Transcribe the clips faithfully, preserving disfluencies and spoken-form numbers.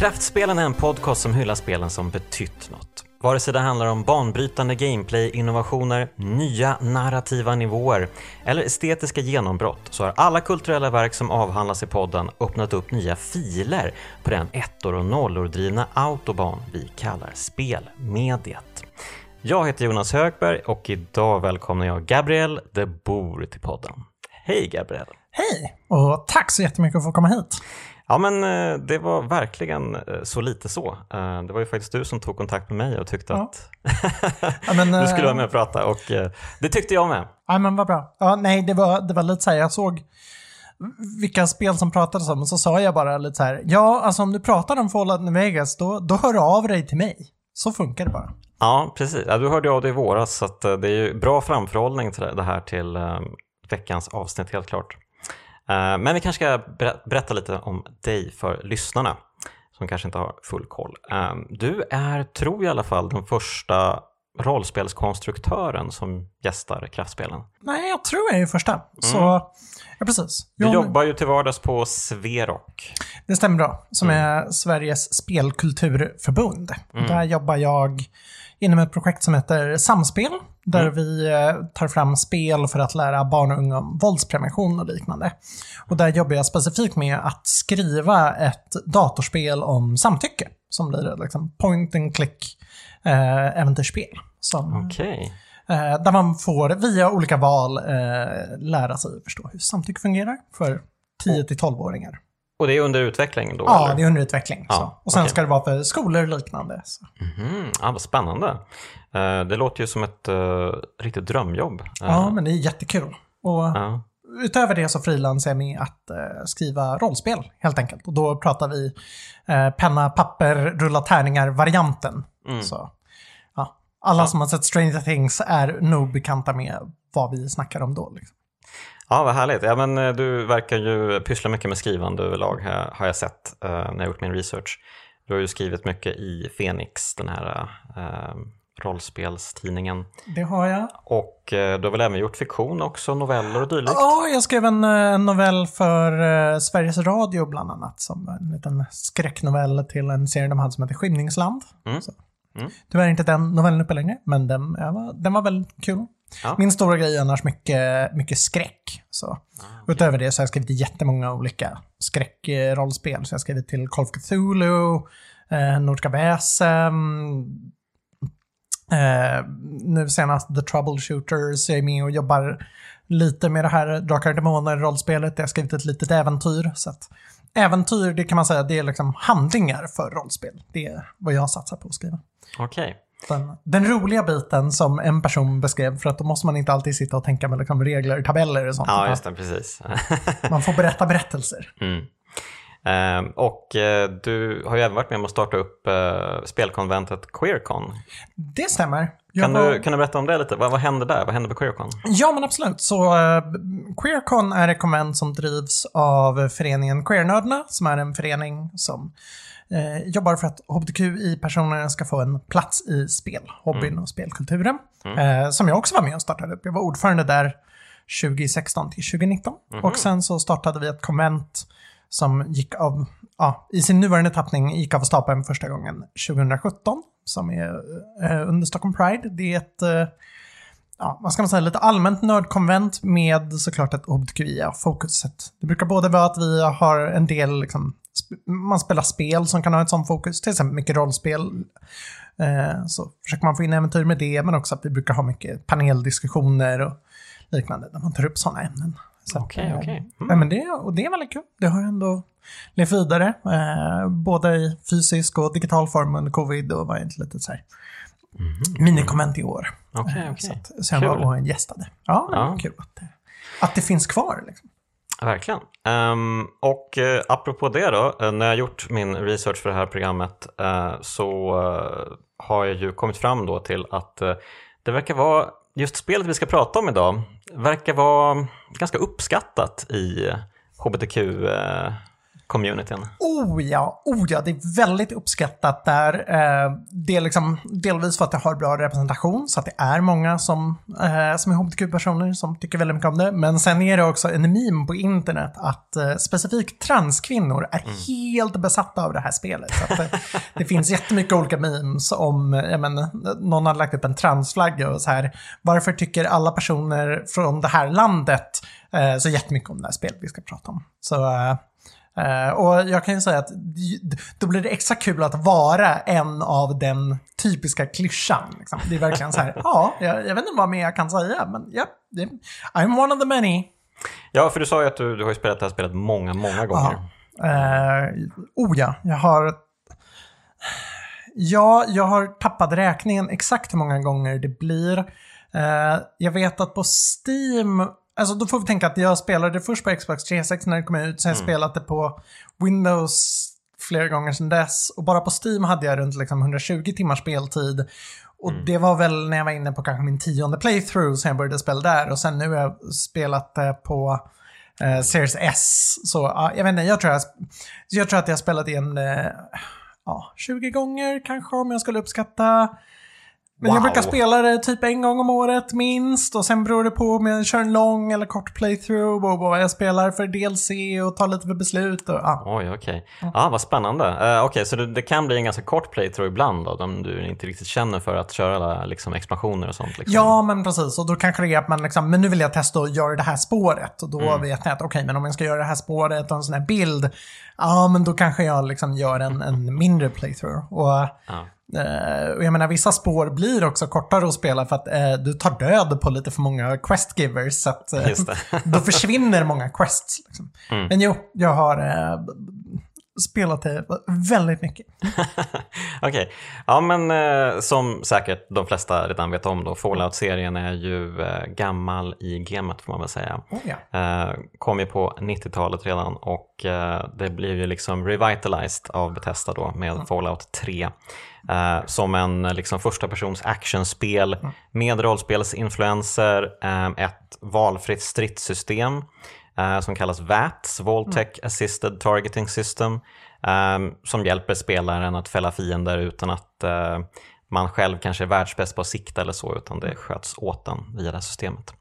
Kraftspelen är en podcast som hyllar spelen som betytt något. Vare sig det handlar om banbrytande gameplay, innovationer, nya narrativa nivåer eller estetiska genombrott, så har alla kulturella verk som avhandlas i podden öppnat upp nya filer på den ettor och nollor drivna autobahn vi kallar spelmediet. Jag heter Jonas Högberg och idag välkomnar jag Gabriel de Boer till podden. Hej Gabriel! Hej! Och tack så jättemycket för att få komma hit. Ja, men det var verkligen så lite så. Det var ju faktiskt du som tog kontakt med mig och tyckte ja. att ja, men, du skulle vara med och prata, och det tyckte jag med. Ja, men vad bra. Ja, nej, det var, det var lite så här, jag såg vilka spel som pratades om och så sa jag bara lite så här, ja, alltså om du pratar om Fallout New Vegas, då, då hör du av dig till mig. Så funkar det bara. Ja, precis. Ja, du hörde av dig i våras, så att det är ju bra framförhållning till det här till um, veckans avsnitt, helt klart. Uh, men vi kanske ska berätta lite om dig för lyssnarna som kanske inte har full koll. Uh, du är, tror jag i alla fall, den första rollspelskonstruktören som gästar Kraftspelen. Nej, jag tror jag är första. Mm. Så, ja, precis. Du jag... jobbar ju till vardags på Sverok. Det stämmer bra, som mm. är Sveriges spelkulturförbund. Mm. Där jobbar jag inom ett projekt som heter Samspel, där mm. vi tar fram spel för att lära barn och unga om våldsprevention och liknande. Och där jobbar jag specifikt med att skriva ett datorspel om samtycke, som blir liksom point and click eh, äventyrsspel. Som, okay. eh, där man får via olika val eh, lära sig att förstå hur samtycke fungerar för tio till tolv-åringar. Och det är under utveckling då? Ja, eller? det är under utveckling. Ja, så. Och sen okay. ska det vara för skolor och liknande. Så. Mm-hmm. Ja, vad spännande. Uh, det låter ju som ett uh, riktigt drömjobb. Uh. Ja, men det är jättekul. Och uh. utöver det så frilansar jag med att uh, skriva rollspel, helt enkelt. Och då pratar vi uh, penna, papper, rulla tärningar-varianten. Mm. Så, ja. Alla ja. som har sett Stranger Things är nog bekanta med vad vi snackar om då, liksom. Ja, vad härligt. Ja, men du verkar ju pyssla mycket med skrivande överlag, här, har jag sett uh, när jag gjort min research. Du har ju skrivit mycket i Fenix, den här uh, rollspelstidningen. Det har jag. Och uh, du har väl även gjort fiktion också, noveller och dylikt? Ja, jag skrev en uh, novell för uh, Sveriges Radio bland annat, som en liten skräcknovell till en serie de hade som heter Skymningsland. Mm. Så. Mm. Tyvärr är inte den novellen uppe längre, men den, ja, den var väldigt kul. Ja. Min stora grej är annars mycket, mycket skräck. Så. Ah, okay. Utöver det så har jag skrivit jättemånga olika skräckrollspel. Så jag har skrivit till Call of Cthulhu, eh, Nordiska Väsen, eh, nu senast The Troubleshooters. Jag är med och jobbar lite med det här Drakar och Demoner-rollspelet. Jag har skrivit ett litet äventyr. Så att äventyr, det kan man säga, det är liksom handlingar för rollspel. Det är vad jag satsar på att skriva. Okej. Okay. Den, den roliga biten som en person beskrev, för att då måste man inte alltid sitta och tänka med liksom regler, tabeller och sånt. Ja, just det, precis. Man får berätta berättelser. Mm. Uh, och uh, du har ju även varit med om att starta upp uh, spelkonventet QueerCon. Det stämmer. Kan, var... du, kan du berätta om det lite? Vad, vad händer där? Vad händer på QueerCon? Ja, men absolut. Så uh, QueerCon är ett konvent som drivs av föreningen Queernördarna, som är en förening som Eh, jobbar för att hbtqi-personer ska få en plats i spel, hobbyn mm. och spelkulturen. Mm. Eh, som jag också var med och startade upp. Jag var ordförande där tjugohundrasexton till tjugonitton. Mm. Och sen så startade vi ett konvent som gick av, ja, i sin nuvarande tappning gick av stapeln första gången tjugosjutton. Som är eh, under Stockholm Pride. Det är ett, eh, ja, vad ska man säga, lite allmänt nördkonvent med såklart ett hbtqi-fokuset. Det brukar både vara att vi har en del liksom, man spelar spel som kan ha ett sånt fokus, till exempel mycket rollspel, eh, så försöker man få in äventyr med det, men också att vi brukar ha mycket paneldiskussioner och liknande där man tar upp sådana ämnen. Okej, okay, okej. Okay. Mm. Men det, och det är väldigt kul. Det har ändå levt vidare, eh, både i fysisk och digital form under covid, och var ett litet så här mm. minikonvent i år. Okej, okay, okej. Okay. Så, att, så jag var och gästade. Ja, men ja. Det är kul att, att det finns kvar liksom. Verkligen. Um, och uh, apropå det då, uh, när jag gjort min research för det här programmet uh, så uh, har jag ju kommit fram då till att uh, det verkar vara, just spelet vi ska prata om idag, verkar vara ganska uppskattat i hbtq uh, communityn? Oh ja, oh ja, det är väldigt uppskattat där. Eh, det är liksom delvis för att det har bra representation, så att det är många som, eh, som är H B T Q-personer som tycker väldigt mycket om det. Men sen är det också en meme på internet att eh, specifikt transkvinnor är mm. helt besatta av det här spelet. Så att, eh, det finns jättemycket olika memes om, jag menar, någon har lagt upp en transflagga och så här, varför tycker alla personer från det här landet eh, så jättemycket om det här spelet vi ska prata om. Så... Eh, Uh, och jag kan ju säga att då blir det extra kul att vara en av den typiska klyschan. Liksom. Det är verkligen så här, ja, jag, jag vet inte vad mer jag kan säga, men ja, yeah, I'm one of the many. Ja, för du sa ju att du, du har ju spelat det här spelet många, många gånger. Ja. Uh, oh ja, jag har... Ja, jag har tappat räkningen exakt hur många gånger det blir. Uh, jag vet att på Steam... Alltså då får vi tänka att jag spelade först på Xbox tre sextio när det kom ut. Sen mm. spelat det på Windows flera gånger sedan dess. Och bara på Steam hade jag runt liksom hundratjugo timmars speltid. Och mm. det var väl när jag var inne på kanske min tionde playthrough sen jag började spela där. Och sen nu har jag spelat det på eh, Series S. Så ja, jag vet inte, jag tror, jag, jag tror att jag har spelat igen eh, ja, tjugo gånger kanske om jag skulle uppskatta. Men wow. Jag brukar spela det typ en gång om året minst. Och sen beror det på om jag kör en lång eller kort playthrough. Och vad jag spelar för D L C och tar lite för beslut. Och, ah. Oj, okej. Okay. Ja, ah, vad spännande. Uh, okej, okay, så det, det kan bli en ganska kort playthrough ibland då. Om du inte riktigt känner för att köra alla liksom, expansioner och sånt. Liksom. Ja, men precis. Och då kanske det är att man liksom, men nu vill jag testa att göra det här spåret. Och då mm. vet jag att okej, okay, men om jag ska göra det här spåret och en sån här bild. Ja, men då kanske jag liksom gör en, en mindre playthrough. Och... Ah. Uh, och jag menar, vissa spår blir också kortare att spela för att uh, du tar död på lite för många questgivers, så att uh, då försvinner många quests liksom. Mm. Men jo, jag har uh, spelat det väldigt mycket. Okej, okay. Ja men uh, som säkert de flesta redan vet om då, Fallout-serien är ju uh, gammal i gamet får man väl säga. Oh, ja. uh, kom ju på nittiotalet redan och uh, det blir ju liksom revitalized av Bethesda då med mm. Fallout tre. Uh, som en liksom, första persons actionspel mm. med rollspelsinfluenser, um, ett valfritt stridssystem uh, som kallas V A T, Voltech mm. Assisted Targeting System, um, som hjälper spelaren att fälla fiender utan att uh, man själv kanske är världsbäst på att sikta eller så, utan det sköts åt den via det här systemet.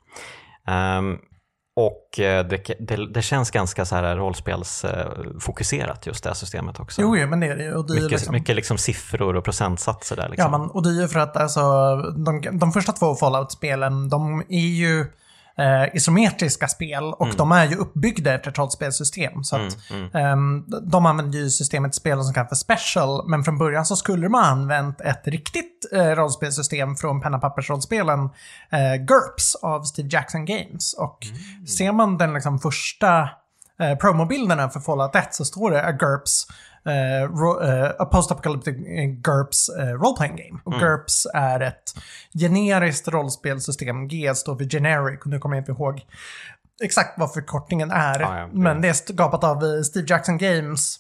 Um, Och det, det, det känns ganska så här rollspelsfokuserat just det här systemet också. Jo, men det är det. Och det är mycket, liksom... mycket liksom siffror och procentsatser där. Liksom. Ja, men, och det är ju för att alltså, de, de första två Fallout-spelen, de är ju eh, isometriska spel och mm. de är ju uppbyggda efter ett rollspelssystem. Så att mm, mm. Eh, de använder ju systemet spel som kallas för special, men från början så skulle man använt ett riktigt eh, rollspelssystem från penna pappersrollspelen eh, GURPS av Steve Jackson Games. Och mm. ser man den liksom första eh, promobilderna för Fallout ett så står det a GURPS Uh, ro- uh, a post-apocalyptic GURPS uh, role-playing game. Och mm. GURPS är ett generiskt rollspelsystem. G står för generic, och nu kommer jag inte ihåg exakt vad förkortningen är. Ah, ja, men det är skapat av Steve Jackson Games.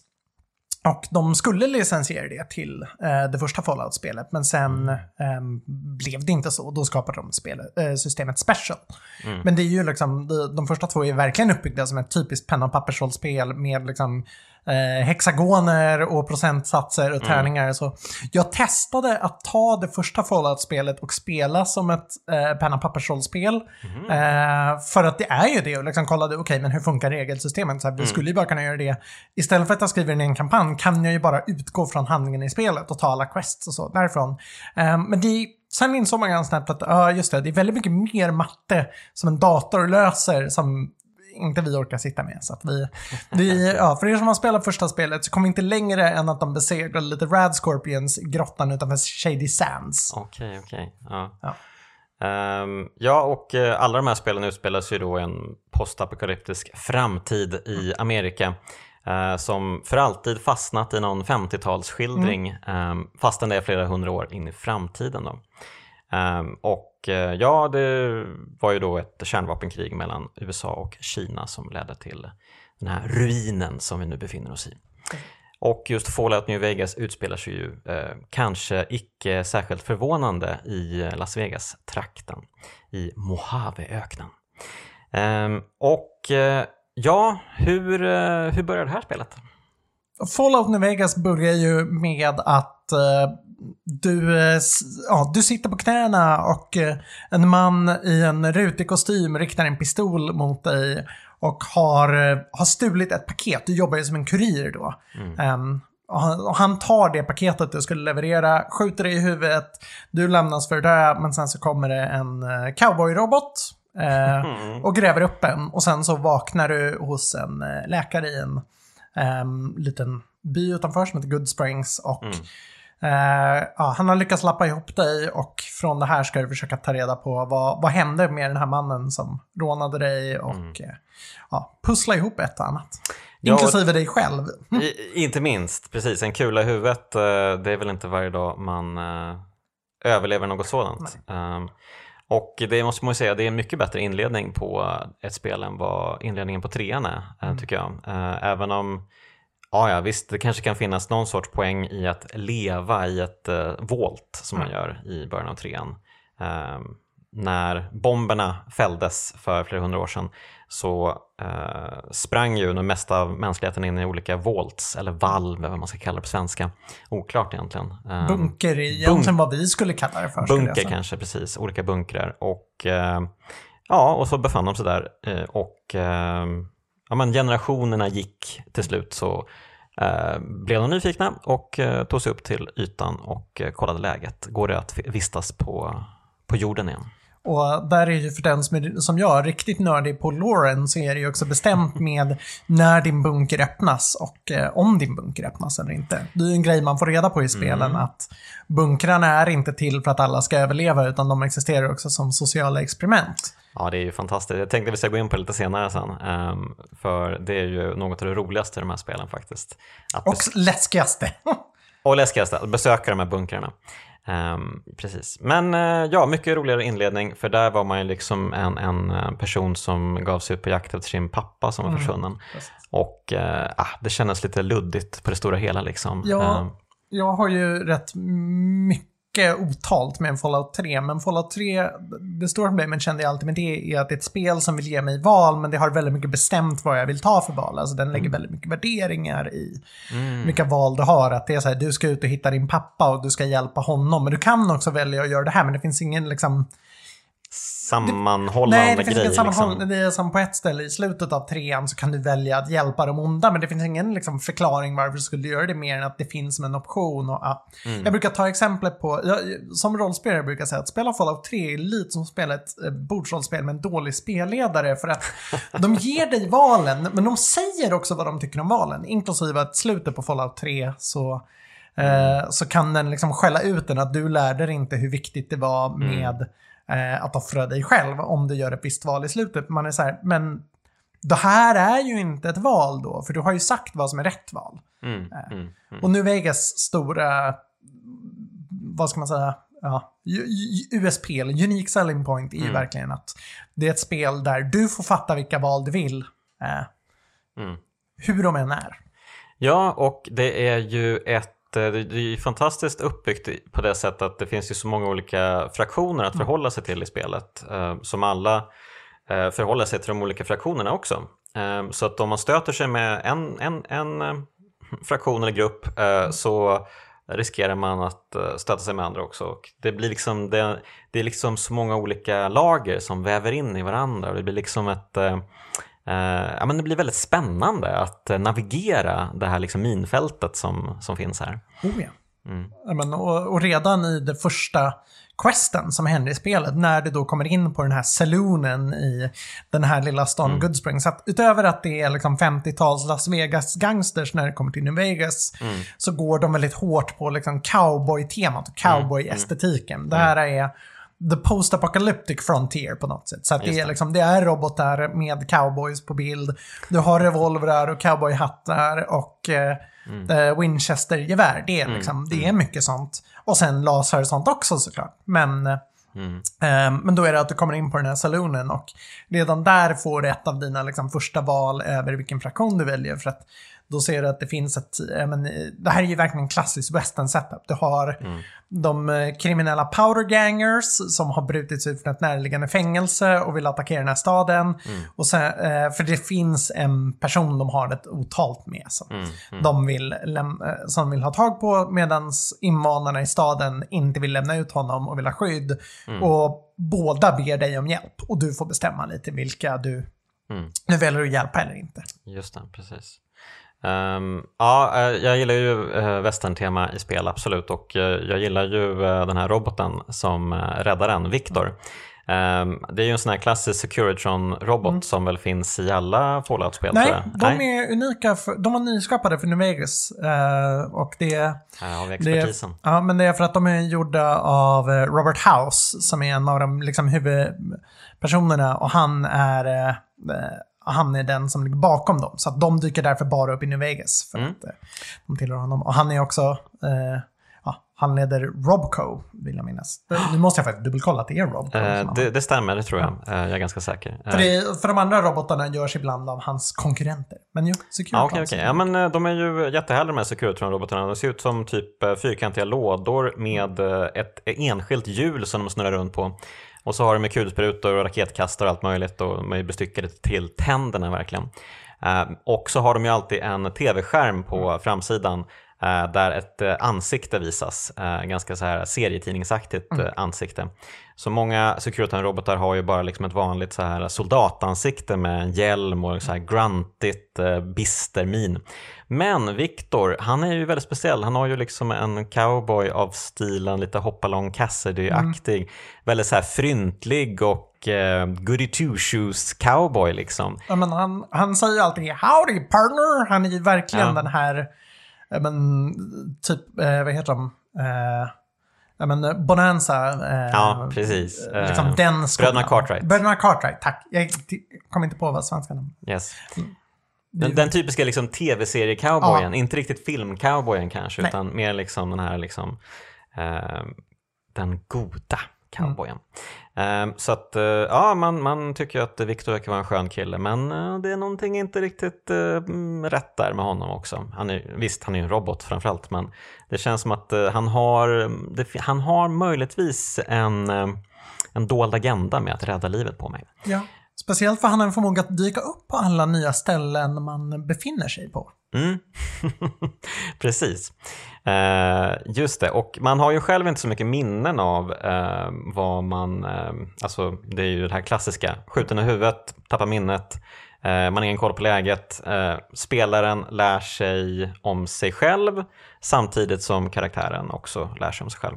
Och de skulle licensiera det till uh, det första Fallout-spelet. Men sen um, blev det inte så. Då skapade de spelet, uh, systemet Special. Mm. Men det är ju liksom, de, de första två är verkligen uppbyggda som ett typiskt penna- och pappersrollspel med liksom Eh, hexagoner och procentsatser och tärningar. Mm. Så jag testade att ta det första Fallout-spelet och spela som ett eh, penna pappersrollspel. Mm. Eh, för att det är ju det. Och liksom kollade, okej, okay, men hur funkar regelsystemet? Så här, vi mm. skulle ju bara kunna göra det. Istället för att jag skriver in en kampanj kan jag ju bara utgå från handlingen i spelet och ta alla quests och så därifrån. Eh, men det sen insåg man ganska snabbt att ja, just det, det är väldigt mycket mer matte som en dator löser som inte vi orkar sitta med. Så att vi, vi, ja, för er som har spelat första spelet så kom vi inte längre än att de besegrade lite Rad Scorpions i grottan utanför Shady Sands. Okej, okay, okej. Okay. Ja. Ja. Um, ja, och uh, alla de här spelen utspelas ju då i en postapokalyptisk framtid i Amerika. Uh, som för alltid fastnat i någon femtiotalsskildring mm. um, fastän det är flera hundra år in i framtiden då. Um, och uh, ja, det var ju då ett kärnvapenkrig mellan U S A och Kina som ledde till den här ruinen som vi nu befinner oss i. Mm. Och just Fallout New Vegas utspelar sig ju uh, kanske icke särskilt förvånande i Las Vegas-trakten i Mojaveöknen. Um, och uh, ja, hur, uh, hur började det här spelet? Fallout New Vegas börjar ju med att uh, du, uh, ja, du sitter på knäna och uh, en man i en rutig kostym riktar en pistol mot dig och har, uh, har stulit ett paket. Du jobbar ju som en kurir då. Mm. Um, och han, och han tar det paketet du skulle leverera, skjuter dig i huvudet, du lämnas för det, men sen så kommer det en uh, cowboy-robot uh, mm. och gräver upp en. Och sen så vaknar du hos en uh, läkare i en Um, liten by utanför som heter Good Springs och mm. uh, ja, han har lyckats lappa ihop dig och från det här ska du försöka ta reda på vad, vad hände med den här mannen som rånade dig och mm. uh, ja, pussla ihop ett och annat. Ja, inklusive dig själv. I, inte minst, precis. En kula i huvudet, uh, det är väl inte varje dag man uh, överlever något sådant. Um, och det måste man ju säga, det är en mycket bättre inledning på ett spel än vad inledningen på trean är, mm. tycker jag. Även om, ja, ja visst, det kanske kan finnas någon sorts poäng i att leva i ett uh, volt som mm. man gör i början av trean. Um, när bomberna fälldes för flera hundra år sedan så uh, sprang ju den mesta av mänskligheten in i olika volts, eller valv, vad man ska kalla det på svenska. Oklart egentligen. Um, bunker i egentligen bunk- vad vi skulle kalla det för. Bunker kanske, precis. Olika bunkrar. Och uh, ja, och så befann de sig där. Uh, och uh, ja, men generationerna gick till slut, så uh, blev de nyfikna och uh, tog sig upp till ytan och uh, kollade läget. Går det att vistas på, på jorden igen? Och där är ju för den som, är, som jag är riktigt nördig på Lauren, så är det ju också bestämt med när din bunker öppnas och eh, om din bunker öppnas eller inte. Det är ju en grej man får reda på i spelen, mm. att bunkrarna är inte till för att alla ska överleva, utan de existerar också som sociala experiment. Ja, det är ju fantastiskt. Jag tänkte att vi ska gå in på det lite senare sen. Um, för det är ju något av det roligaste i de här spelen faktiskt. Att och bes- läskigaste. och läskigaste, att besöka de här bunkrarna. Um, precis. Men uh, ja, mycket roligare inledning, för där var man ju liksom en, en person som gav sig ut på jakt efter sin pappa som var mm, försvunnen. Precis. Och uh, ah, det kändes lite luddigt på det stora hela liksom. Ja, um, jag har ju rätt mycket otalt med en Fallout tre, men Fallout tre, det stora problemet kände jag alltid med det är att det är ett spel som vill ge mig val, men det har väldigt mycket bestämt vad jag vill ta för val. Alltså den lägger mm. väldigt mycket värderingar i mm. vilka val du har. Att det är så här, du ska ut och hitta din pappa och du ska hjälpa honom, men du kan också välja att göra det här, men det finns ingen liksom sammanhållande Nej, det finns grej, inget sammanhållande. Liksom. Det är som på ett ställe i slutet av trean så kan du välja att hjälpa de onda, men det finns ingen liksom förklaring varför du skulle göra det mer än att det finns som en option. Och, ja. mm. Jag brukar ta exempel på, jag, som rollspelare brukar jag säga att spela Fallout tre är lite som att spela ett eh, bordsrollspel med en dålig spelledare, för att de ger dig valen, men de säger också vad de tycker om valen, inklusive att slutet på Fallout tre så Mm. så kan den liksom skälla ut den att du lärde dig inte hur viktigt det var med mm. eh, att offra dig själv om du gör ett visst val i slutet. Man är så här, men det här är ju inte ett val då, för du har ju sagt vad som är rätt val. Mm. Eh, mm. Mm. Och New Vegas stora, vad ska man säga, ja, U S P, eller Unique Selling Point, är ju mm. verkligen att det är ett spel där du får fatta vilka val du vill, eh, mm. hur de än är. Ja, och det är ju ett det är fantastiskt uppbyggt på det sättet att det finns ju så många olika fraktioner att förhålla sig till i spelet, som alla förhåller sig till de olika fraktionerna också. Så att om man stöter sig med en, en, en fraktion eller grupp så riskerar man att stöta sig med andra också. Och det blir liksom det, det är liksom så många olika lager som väver in i varandra, och det blir liksom ett Uh, ja, men det blir väldigt spännande att uh, navigera det här liksom minfältet som, som finns här. Oh ja. Mm. Ja, men, och, och redan i det första questen som händer i spelet, när du då kommer in på den här saloonen i den här lilla stan mm. Good Springs, så att utöver att det är liksom femtio-tals Las Vegas gangsters när det kommer till New Vegas, mm. så går de väldigt hårt på liksom cowboy-temat och cowboy-estetiken. Mm. Det här är the post-apocalyptic frontier på något sätt. Så att det är, liksom, det är robotar med cowboys på bild. Du har revolvrar och cowboyhattar och eh, mm. Winchester-gevär. Det är, liksom, mm. det är mycket sånt. Och sen laser och sånt också såklart. Men, mm. eh, men då är det att du kommer in på den här saloonen och redan där får du ett av dina liksom, första val över vilken fraktion du väljer. För att då ser du att det finns ett, äh, men, det här är ju verkligen en klassisk western setup. Du har mm. de eh, kriminella powder gangers som har brutits ut från ett närliggande fängelse och vill attackera den här staden. Mm. Och sen, eh, för det finns en person de har ett otalt med som, mm. Mm. De vill läm- som vill ha tag på, medan invånarna i staden inte vill lämna ut honom och vill ha skydd. Mm. Och båda ber dig om hjälp och du får bestämma lite vilka du, mm. du väljer att hjälpa eller inte. Just det, precis. Um, ja, jag gillar ju uh, western-tema i spel, absolut. Och uh, jag gillar ju uh, den här roboten som uh, räddar en, Victor. Um, det är ju en sån här klassisk Securitron-robot mm. som väl finns i alla Fallout-spel. Nej, de Nej. är unika. För, de var nyskapade för New Vegas. Uh, och det, här har vi expertisen. Det, ja, men det är för att de är gjorda av uh, Robert House, som är en av de liksom, huvudpersonerna. Och han är... Uh, han är den som ligger bakom dem. Så att de dyker därför bara upp i New Vegas. För mm. att eh, de tillhör honom. Och han är också... Eh, ja, han leder Robco, vill jag minnas. Nu måste jag faktiskt dubbelkolla att det är Robco. Eh, det, det stämmer, det tror jag. Ja. Jag är ganska säker. För, det, för de andra robotarna görs ibland av hans konkurrenter. Men ju, Securitron. Ah, okay, okay. Ja, men de är ju jättehärliga, de här Securitron-robotarna. De ser ut som typ fyrkantiga lådor med ett enskilt hjul som de snurrar runt på. Och så har de med kulsprutor och raketkastare och allt möjligt, och de är bestyckade till tänderna verkligen. Uh, och så har de ju alltid en tv-skärm på framsidan uh, där ett uh, ansikte visas. Uh, ganska så här serietidningsaktigt uh, ansikte. Så många Securitron-robotar har ju bara liksom ett vanligt så här soldatansikte med en hjälm och så här gruntigt, uh, bister min. Men Victor, han är ju väldigt speciell. Han har ju liksom en cowboy av stilen, lite Hopalong Cassidy-aktig. Mm. Väldigt så här fryntlig och eh, goody two-shoes cowboy liksom. Ja, men han, han säger alltid howdy partner. Han är ju verkligen ja. den här, men, typ, eh, vad heter de? Eh, ja, men Bonanza. Eh, ja, precis. Liksom uh, den skolan. Bröderna Cartwright. Bröderna Cartwright, tack. Jag kom inte på vad svenska namn. Yes. Mm. Den, den typiska liksom tv-serie-cowboyen, ja. Inte riktigt film-cowboyen kanske, Nej. utan mer liksom den här liksom, uh, den goda cowboyen. Mm. Uh, så att, uh, ja, man, man tycker att Victor verkar vara en skön kille, men uh, det är någonting inte riktigt uh, rätt där med honom också. Han är, visst, han är en robot framförallt, men det känns som att uh, han har det, han har möjligtvis en, uh, en dold agenda med att rädda livet på mig. Ja. Speciellt för han har en förmåga att dyka upp på alla nya ställen man befinner sig på. Mm. Precis. Uh, just det. Och man har ju själv inte så mycket minnen av uh, vad man... Uh, alltså, det är ju det här klassiska. Skjuten i huvudet, tappar minnet. Uh, man har ingen koll på läget. Uh, spelaren lär sig om sig själv samtidigt som karaktären också lär sig om sig själv.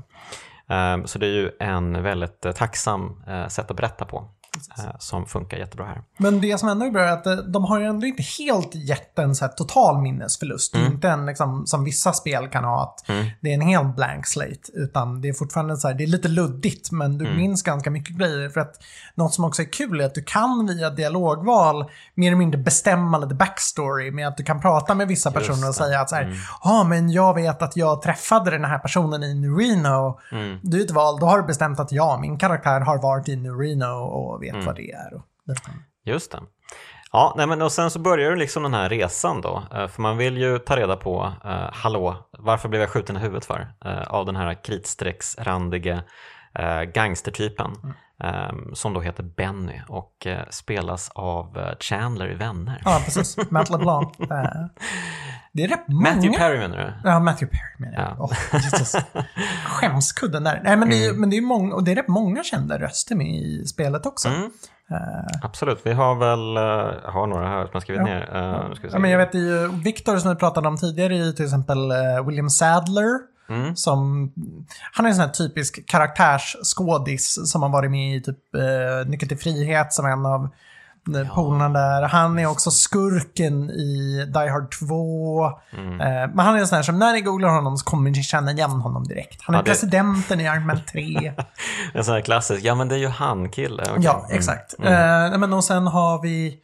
Uh, så det är ju en väldigt uh, tacksam uh, sätt att berätta på. Som funkar jättebra här. Men det som ändå är bra är att de har ju ändå inte helt gett en så här total minnesförlust. Mm. Inte en liksom, som vissa spel kan ha, att mm. det är en hel blank slate. Utan det är fortfarande så här, det är lite luddigt, men du mm. minns ganska mycket grejer. För att något som också är kul är att du kan via dialogval mer eller mindre bestämma lite backstory, med att du kan prata med vissa personer och säga att så här, mm. ah, men jag vet att jag träffade den här personen i New Reno. Mm. Du är ett val, då har du bestämt att ja, min karaktär har varit i New Reno och vet mm. vad det är. Och Just det. Ja, nej, men och sen så börjar ju liksom den här resan då. För man vill ju ta reda på, uh, hallå, varför blev jag skjuten i huvudet för? Uh, av den här kritstrecksrandiga uh, gangstertypen. Mm. Um, som då heter Benny och uh, spelas av uh, Chandler i Vänner. Ja, precis. Matt LeBlanc. uh, det är rätt många. Matthew Perry menar du? Ja, Matthew Perry menar jag. Ja. Oh, skämskudden där. Nej, men, mm. det, är, men det är många, och det är rätt många kända röster med i spelet också. Mm. Uh, Absolut, vi har väl uh, har några här som jag skrivit ja. ner. Uh, ska vi se. Ja, men jag vet ju, Victor som vi pratade om tidigare är till exempel uh, William Sadler. Mm. Som, han är en sån här typisk karaktärsskådis som har varit med i typ uh, Nyckeln till frihet som en av ja. polarna där. Han är också skurken i Die Hard två. Mm. Uh, men han är en sån här som när ni googlar honom så kommer ni känna igen honom direkt. Han är ja, det... presidenten i Iron Man tre. En sån här klassisk, ja men det är ju han kille. Okay. Ja, exakt. Mm. Uh, men och sen har vi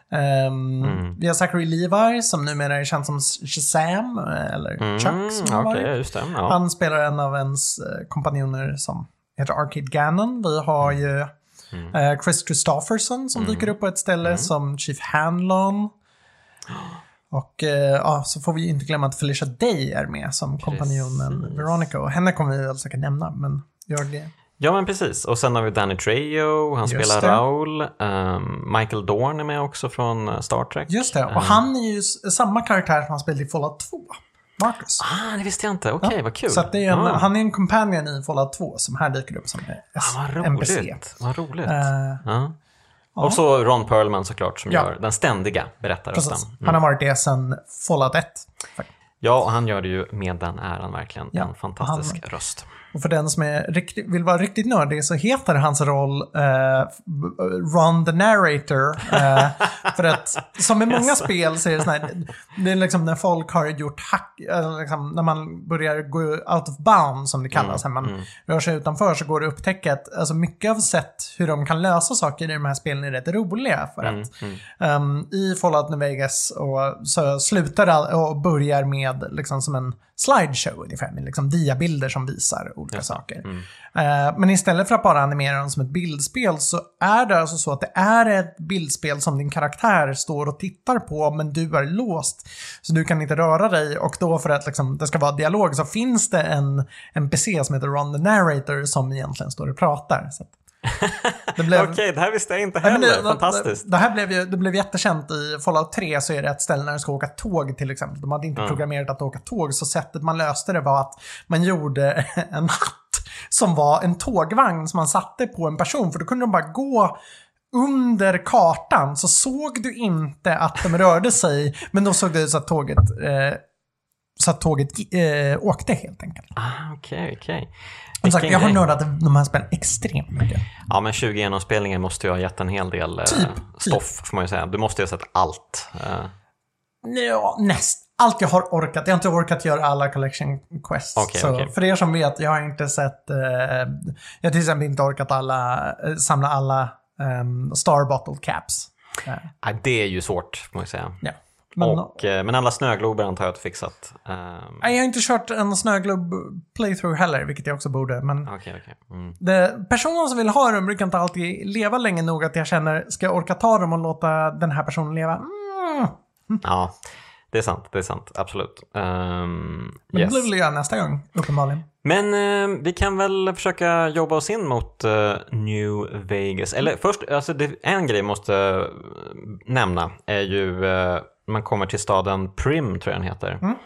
Um, mm. Vi har Zachary Levi som numera är känd som Shazam eller mm, Chuck som okay, just det, ja. Han spelar en av ens uh, kompanjoner som heter Arcade Gannon. Vi har mm. ju mm. uh, Chris Christopherson som mm. dyker upp på ett ställe mm. som Chief Hanlon. Och eh, ja, så får vi ju inte glömma att Felicia Day är med som kompanjonen Veronica. Och henne kommer vi väl säkert nämna, men jag... Ja, men precis. Och sen har vi Danny Trejo, han Just spelar det. Raoul. Um, Michael Dorn är med också från Star Trek. Just det, och han är ju s- samma karaktär som han spelade i Fallout två. Marcus. Ah, det visste jag inte. Okej, okay, Ja. vad kul. Så att det är en, ah. han är en companion i Fallout två som här dyker upp som ah, vad N P C. roligt. Vad roligt. Uh, ja. Och så Ron Perlman såklart som Ja. gör den ständiga berättarrösten. Precis. Mm. Han har varit det sedan Fallout ett. Ja, och han gör det ju med den äran verkligen. Ja, En fantastisk han- röst. Och för den som är riktigt, vill vara riktigt nördig så heter hans roll eh, Ron the Narrator. Eh, för att som i många Yes. spel så är det sån här, det är liksom när folk har gjort hack, eller liksom när man börjar gå out of bounds som det kallas, Mm, när man mm. rör sig utanför så går det att upptäcka att alltså mycket av sätt hur de kan lösa saker i de här spelen är rätt roliga. För Mm, att mm. um, i Fallout New Vegas och så slutar det och börjar med liksom som en slideshow ungefär med liksom diabilder som visar olika saker. Mm. Eh, men istället för att bara animera dem som ett bildspel så är det alltså så att det är ett bildspel som din karaktär står och tittar på men du är låst. Så du kan inte röra dig och då för att liksom, det ska vara dialog så finns det en N P C som heter Ron the Narrator som egentligen står och pratar. Så att det blev... Okej, okay, det här visste jag inte Nej, men heller. det, Fantastiskt. Det, det här blev ju det blev jättekänt i Fallout tre så är det ett ställe när du ska åka tåg till exempel. De hade inte Mm. programmerat att åka tåg så sättet man löste det var att man gjorde en hatt som var en tågvagn som man satte på en person för då kunde de bara gå under kartan så såg du inte att de rörde sig men då såg det ut så att tåget eh, så att tåget eh, åkte helt enkelt. Ah, okej, okay, okej. Okay. Som sagt, jag har nördat de här spelen extremt mycket. Ja, men tjugo genomspelningar måste ju ha gett en hel del eh, Typ, stoff, får man ju säga. Du måste ju ha sett allt. Eh, Ja, näst. Allt jag har orkat. Jag har inte orkat göra alla collection quests. Okej, så okej. för er som vet, jag har inte sett... Eh, jag har till exempel inte orkat alla, eh, samla alla um, Star Bottle Caps. Eh, nej, det är ju svårt, får man ju säga. ja. Men, Och, eh, men alla snöglober antar jag att du fixat. Um, nej, jag har inte kört en snöglob playthrough heller, vilket jag också borde. Men Okej, okej. Mm. det, personen som vill ha dem brukar inte alltid leva länge nog att jag känner, ska jag orka ta dem och låta den här personen leva? Mm. Ja, det är sant. Det är sant. Absolut. Um, Men yes. det blir väl jag nästa gång, uppenbarligen. Men eh, vi kan väl försöka jobba oss in mot eh, New Vegas. Eller först, alltså det, en grej måste eh, nämna är ju eh, man kommer till staden Prim, tror jag den heter. Mm.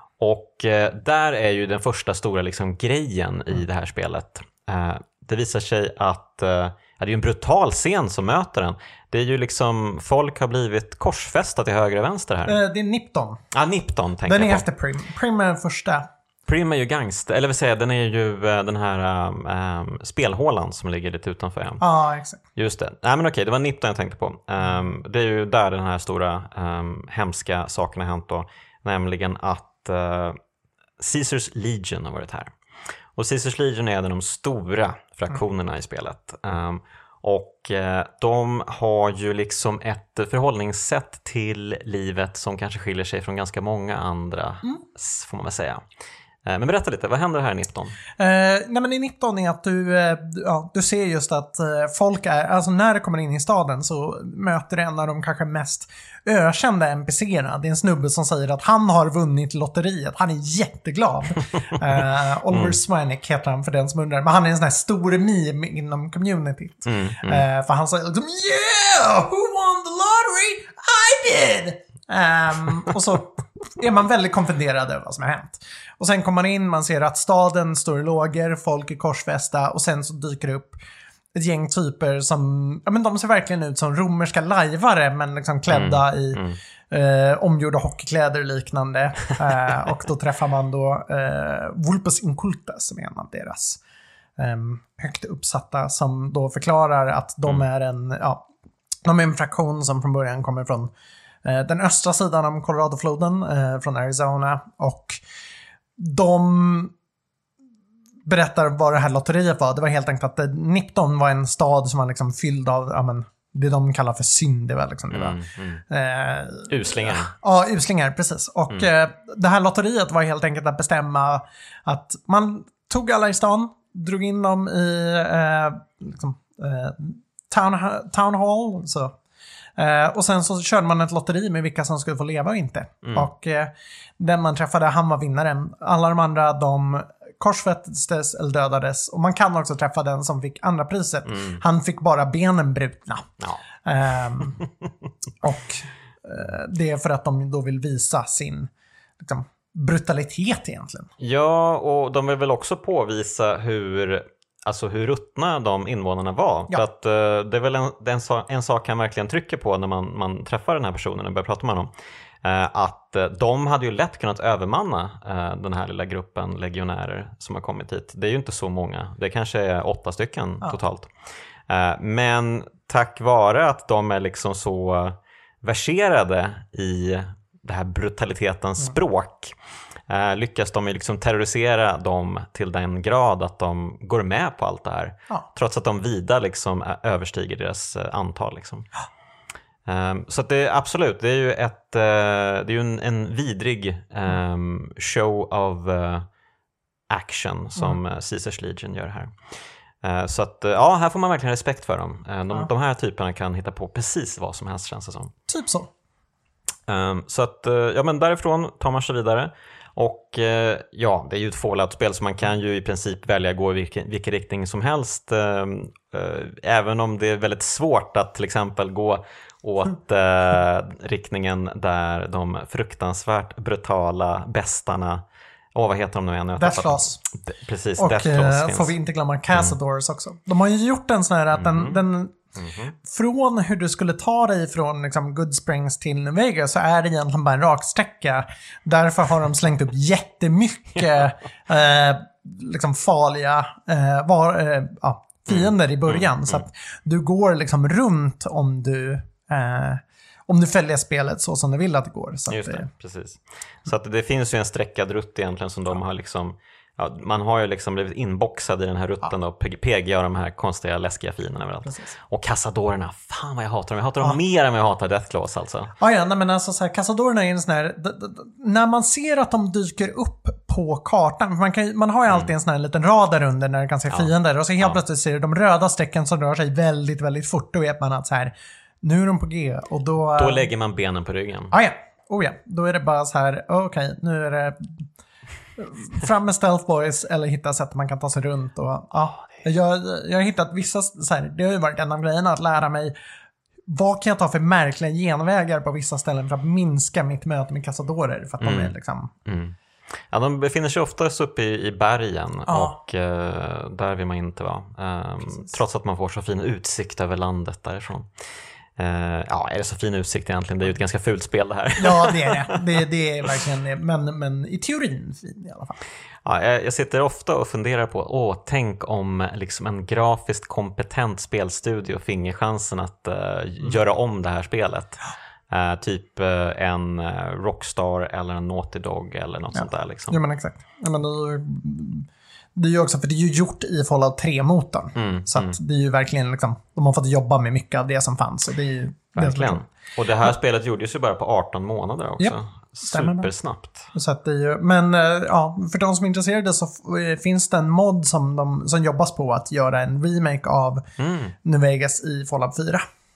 Och eh, där är ju den första stora liksom, grejen i det här spelet. Eh, det visar sig att eh, ja, det är ju en brutal scen som möter den. Det är ju liksom, folk har blivit korsfästa till höger och vänster här. Eh, det är Nipton. Ja, ah, Nipton tänker Den är jag på. efter Prim. Prim är den första. Prim är ju gangster, eller vill säga, den är ju eh, den här um, um, spelhålan som ligger lite utanför. Ja. Ja, exakt. Just det. Nej men okej, det var Nipton jag tänkte på. Um, det är ju där den här stora um, hemska saken har hänt då. Nämligen att uh, Caesars Legion har varit här. Och Caesars Legion är en av de stora fraktionerna mm. i spelet. Um, och uh, de har ju liksom ett förhållningssätt till livet som kanske skiljer sig från ganska många andra, mm. får man väl säga. Men berätta lite, vad händer här i Nipton? Eh, nej men i Nipton är att du, eh, ja, du ser just att eh, folk är, alltså när det kommer in i staden så möter det en av de kanske mest ökända N P C-erna. Det är en snubbe som säger att han har vunnit lotteriet. Han är jätteglad. eh, Oliver mm. Swanick heter han för den som undrar. Men han är en sån här stor meme inom communityt. Mm, mm. Eh, för han säger liksom yeah! Who won the lottery? I did! Um, och så är man väldigt konfunderad över vad som har hänt. Och sen kommer man in, man ser att staden står i lågor, folk är korsfästa och sen så dyker det upp ett gäng typer som, ja men de ser verkligen ut som romerska lajvare men liksom klädda mm, i mm. Eh, omgjorda hockeykläder och liknande. Eh, och då träffar man då eh, Vulpes Inculta som är en av deras eh, högt uppsatta som då förklarar att de mm. är en, ja, de är en fraktion som från början kommer från den östra sidan av Colorado-floden eh, från Arizona och de berättar vad det här lotteriet var. Det var helt enkelt att Nipton var en stad som var liksom fylld av ja, men, det de kallar för synd. Det var liksom, det var, mm, mm. Eh, uslingar. Ja, uslingar, precis. Och mm. eh, det här lotteriet var helt enkelt att bestämma att man tog alla i stan, drog in dem i eh, liksom, eh, town, town hall, så Eh, och sen så körde man ett lotteri med vilka som skulle få leva och inte. Mm. Och eh, den man träffade, han var vinnaren. Alla de andra, de korsfästes eller dödades. Och man kan också träffa den som fick andra priset. Mm. Han fick bara benen brutna. Ja. Eh, och eh, det är för att de då vill visa sin liksom, brutalitet egentligen. Ja, och de vill väl också påvisa hur... Alltså hur ruttna de invånarna var. Ja. För att uh, det är väl en, en, en sak han verkligen trycker på när man, man träffar den här personen och börjar prata med honom. Uh, att uh, de hade ju lätt kunnat övermanna uh, den här lilla gruppen legionärer som har kommit hit. Det är ju inte så många. Det kanske är åtta stycken ja. totalt. Uh, men tack vare att de är liksom så verserade i det här brutalitetens mm. språk. Uh, lyckas de ju liksom terrorisera dem till den grad att de går med på allt det här. Ja. Trots att de vida liksom överstiger deras uh, antal. Liksom. Ja. Um, så att det är absolut, det är ju, ett, uh, det är ju en, en vidrig um, show of uh, action som mm. Caesars Legion gör här. Uh, så att uh, ja, här får man verkligen respekt för dem. Uh, de, ja. de här typerna kan hitta på precis vad som helst, känns det som. Typ så. Um, så att, uh, ja men därifrån tar man sig vidare. Och eh, ja, det är ju ett Fallout-spel så man kan ju i princip välja gå i vilken, vilken riktning som helst. Eh, eh, även om det är väldigt svårt att till exempel gå åt eh, riktningen där de fruktansvärt brutala bestarna, åh vad heter de nu igen? Deathclaws. Precis, och Deathclaws eh, får vi inte glömma Cazadors mm. också. De har ju gjort en sån här att mm. den... den Mm-hmm. Från hur du skulle ta dig från liksom, Good Springs till Vegas så är det egentligen bara en raksträcka. Därför har de slängt upp jättemycket eh, liksom farliga eh, var, eh, ja, fiender i början. Mm-hmm. Så att du går liksom runt om du eh, om du följer spelet så som du vill att det går. Så Just att, det, precis. Så att det finns ju en sträckad rutt egentligen som de har liksom... Ja, man har ju liksom blivit inboxad i den här rutten ja. och P G och de här konstiga läskiga finerna överallt. Precis. Och Cazadorerna, fan vad jag hatar dem. Jag hatar dem ja. mer än vad jag hatar Deathclaws alltså. Ja, ja nej, men alltså så här, Cazadorerna är en sån här... D- d- d- när man ser att de dyker upp på kartan, man, kan, man har ju alltid mm. en sån här liten radar under när det kan se ja. fiender. Och så helt ja. plötsligt ser du de röda strecken som rör sig väldigt, väldigt fort. Då vet man att så här, nu är de på G. Och då, då lägger man benen på ryggen. Ja, ja. Oh, ja. Då är det bara så här, okej, okay, nu är det... fram med Stealth Boys eller hitta sätt man kan ta sig runt. Och, ja, jag, jag har hittat vissa, så här, det har ju varit en av grejerna att lära mig vad kan jag ta för märkliga genvägar på vissa ställen för att minska mitt möte med Cazadorer för att mm. de är liksom... Mm. Ja, de befinner sig oftast uppe i, i bergen ja. och uh, där vill man inte vara. Um, trots att man får så fin utsikt över landet därifrån. Uh, ja, är det så fin utsikt egentligen? Det är ju ett ganska fult spel det här. Ja, det är det. Det, det är verkligen det. Men, men i teorin fin i alla fall. Ja, jag, jag sitter ofta och funderar på, åh, tänk om liksom en grafiskt kompetent spelstudio finge chansen att uh, mm. göra om det här spelet. Uh, typ uh, en uh, Rockstar eller en Naughty Dog eller något ja. sånt där. Liksom. Ja, men exakt. Ja, men det är ju... Det är ju också, för det är ju gjort i Fallout tre-motorn. Mm, så att mm. det är ju verkligen liksom, de har fått jobba med mycket av det som fanns. Så det är ju verkligen. Det och det här ja. spelet gjordes ju bara på arton månader också. Ja, supersnabbt. Så att det är ju, men ja, för de som är intresserade så finns det en mod som, de, som jobbas på att göra en remake av mm. New Vegas i Fallout fyra.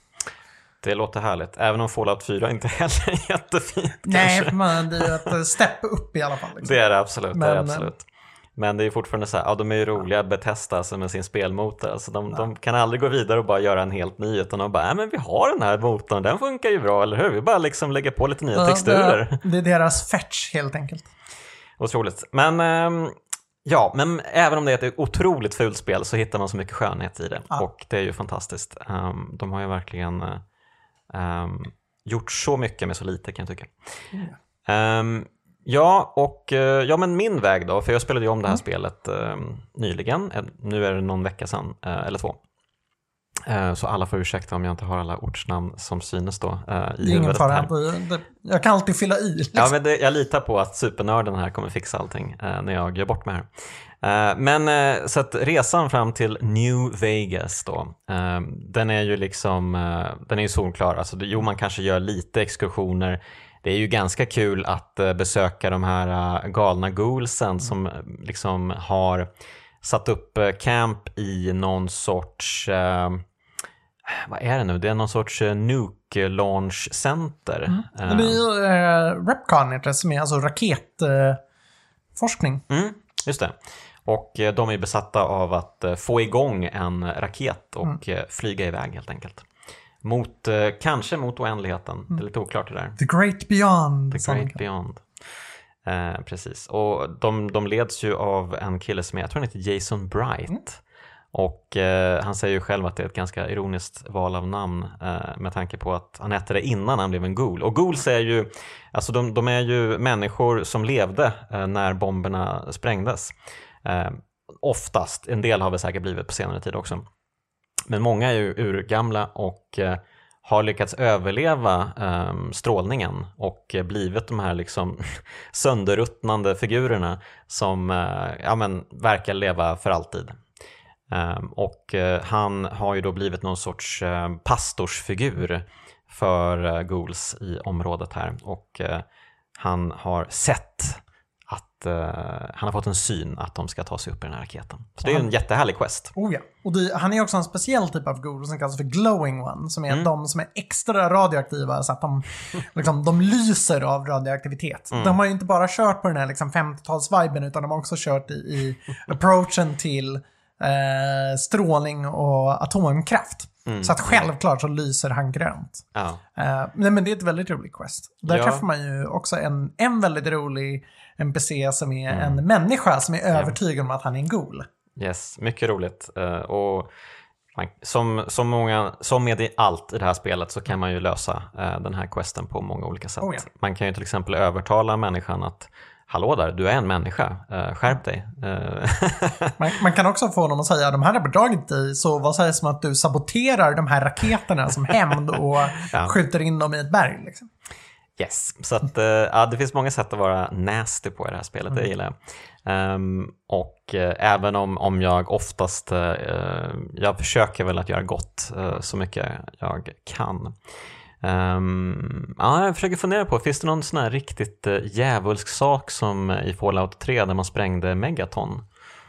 Det låter härligt. Även om Fallout fyra inte heller är jättefint. Nej, kanske. Men det är ju ett step upp i alla fall. Liksom. Det är det absolut. Men, det är absolut. Men, Men det är fortfarande så här, ja, de är ju roliga att Bethesda alltså, med sin spelmotor. Alltså, de, ja. de kan aldrig gå vidare och bara göra en helt ny. Utan de bara, ja men vi har den här motorn, den funkar ju bra, eller hur? Vi bara liksom lägger på lite nya ja, texturer. Det, det är deras fetch helt enkelt. Otroligt. Men ähm, ja, men även om det är ett otroligt fult spel så hittar man så mycket skönhet i det. Ja. Och det är ju fantastiskt. Um, de har ju verkligen um, gjort så mycket med så lite, kan jag tycka. Mm. Um, Ja, och ja, men min väg då, för jag spelade ju om det här mm. spelet eh, nyligen, nu är det någon vecka sedan, eh, eller två. Eh, så alla får ursäkta om jag inte har alla ortsnamn som synes då eh, i det är ingen fara, jag kan alltid fylla i. Liksom. Ja, men det, jag litar på att supernörden här kommer fixa allting eh, när jag gör bort mig här. Eh, men eh, så att resan fram till New Vegas då, eh, den är ju liksom, eh, den är ju solklar. Alltså, jo, man kanske gör lite exkursioner. Det är ju ganska kul att besöka de här galna ghoulsen som liksom har satt upp camp i någon sorts, vad är det nu? Det är någon sorts nuke launch center. Mm. Uh, det är ju uh, Repcon som är alltså raketforskning. Uh, mm, just det. Och uh, de är besatta av att uh, få igång en raket och mm. uh, flyga iväg helt enkelt. Mot, uh, kanske mot oändligheten. Mm. Det är lite oklart det där. The Great Beyond. The Great Beyond. Uh, precis. Och de, de leds ju av en kille som är, jag tror han heter Jason Bright. Mm. Och eh, han säger ju själv att det är ett ganska ironiskt val av namn eh, med tanke på att han hette det innan han blev en ghoul. Och ghouls är ju, alltså de, de är ju människor som levde eh, när bomberna sprängdes. Eh, oftast, en del har väl säkert blivit på senare tid också. Men många är ju urgamla och eh, har lyckats överleva eh, strålningen och eh, blivit de här liksom sönderruttnande figurerna som eh, ja, men, verkar leva för alltid. Um, och uh, han har ju då blivit någon sorts uh, pastorsfigur för uh, ghouls i området här och uh, han har sett att uh, han har fått en syn att de ska ta sig upp i den här raketen. Så det är ju en jättehärlig quest. Oh ja, och det, han är också en speciell typ av ghoul som kallas för glowing one, som är mm. de som är extra radioaktiva så att de, liksom, de lyser av radioaktivitet. Mm. De har ju inte bara kört på den här liksom, femtiotalsviben utan de har också kört i, i approachen till Eh, strålning och atomkraft. Mm. Så att självklart så lyser han grönt. Ja. Eh, nej, men det är ett väldigt roligt quest. Där ja. träffar man ju också en, en väldigt rolig N P C som är mm. en människa som är övertygad om att han är en ghoul. Yes, mycket roligt. Uh, och man, som, som, många, som med i allt i det här spelet så kan man ju lösa uh, den här questen på många olika sätt. Oh, ja. Man kan ju till exempel övertala människan att hallå där, du är en människa. Uh, skärp dig. Uh. man, man kan också få honom att säga de här har bedragit dig, så vad sägs som att du saboterar de här raketerna som hämnd och ja. skjuter in dem i ett berg liksom. Yes, så att uh, ja, det finns många sätt att vara nasty på i det här spelet, mm. det gillar jag. Um, och uh, även om, om jag oftast uh, jag försöker väl att göra gott uh, så mycket jag kan. Um, ja, jag försöker fundera på, finns det någon sån här riktigt uh, djävulsk sak som uh, i Fallout tre där man sprängde Megaton?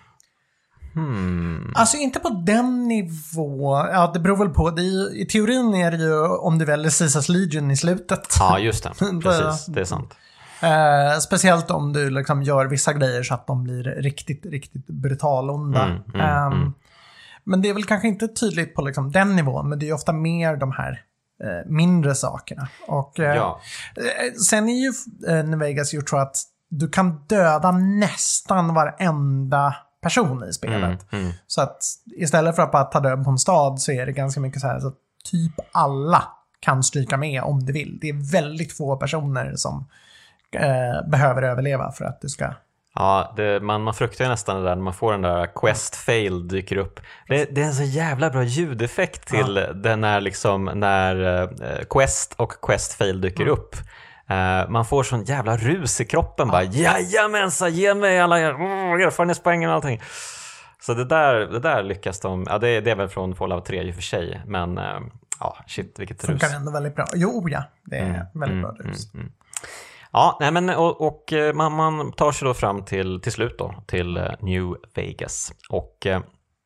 Hmm. Alltså inte på den nivå. Ja, det beror väl på. Det är ju, i teorin är det ju om du väljer Caesars Legion i slutet. Ja, just det. Precis, det är sant. Uh, speciellt om du liksom gör vissa grejer så att de blir riktigt, riktigt brutalonda. Mm, mm, um, mm. Men det är väl kanske inte tydligt på liksom den nivån, men det är ju ofta mer de här mindre sakerna. Och ja. eh, sen är ju eh, New Vegas gjort så att du kan döda nästan varenda person i spelet. Mm, mm. Så att istället för att bara ta död på en stad så är det ganska mycket så här så att typ alla kan stryka med om du vill. Det är väldigt få personer som eh, behöver överleva för att du ska... Ja, det, man, man fruktar ju nästan det där när man får den där quest fail dyker upp. Det, det är en så jävla bra ljudeffekt till ja. den när, liksom, när uh, quest och quest fail dyker mm. upp. Uh, man får sån jävla rus i kroppen. Ja. Bara, jajamensa, ge mig alla oh, erfarenhetspoängen och allting. Så det där, det där lyckas de... Ja, det, det är väl från Fallout tre i och för sig. Men uh, ja, shit, vilket rus. Funkar ändå väldigt bra. Jo, ja, det är mm, väldigt bra mm, rus. Mm, mm. Ja, nej men och, och man, man tar sig då fram till, till slut då, till uh, New Vegas. Och uh,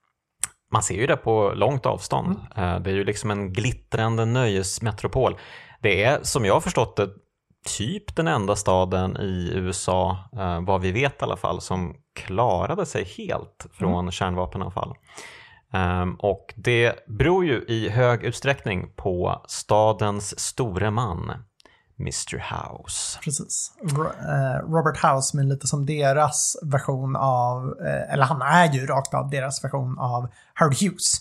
man ser ju det på långt avstånd. Mm. Uh, det är ju liksom en glittrande nöjesmetropol. Det är, som jag har förstått det, typ den enda staden i U S A, uh, vad vi vet i alla fall, som klarade sig helt från mm. kärnvapenanfall. Um, och det beror ju i hög utsträckning på stadens store man, mister House. Precis. Robert House, men lite som deras version av, eller han är ju rakt av deras version av Howard Hughes.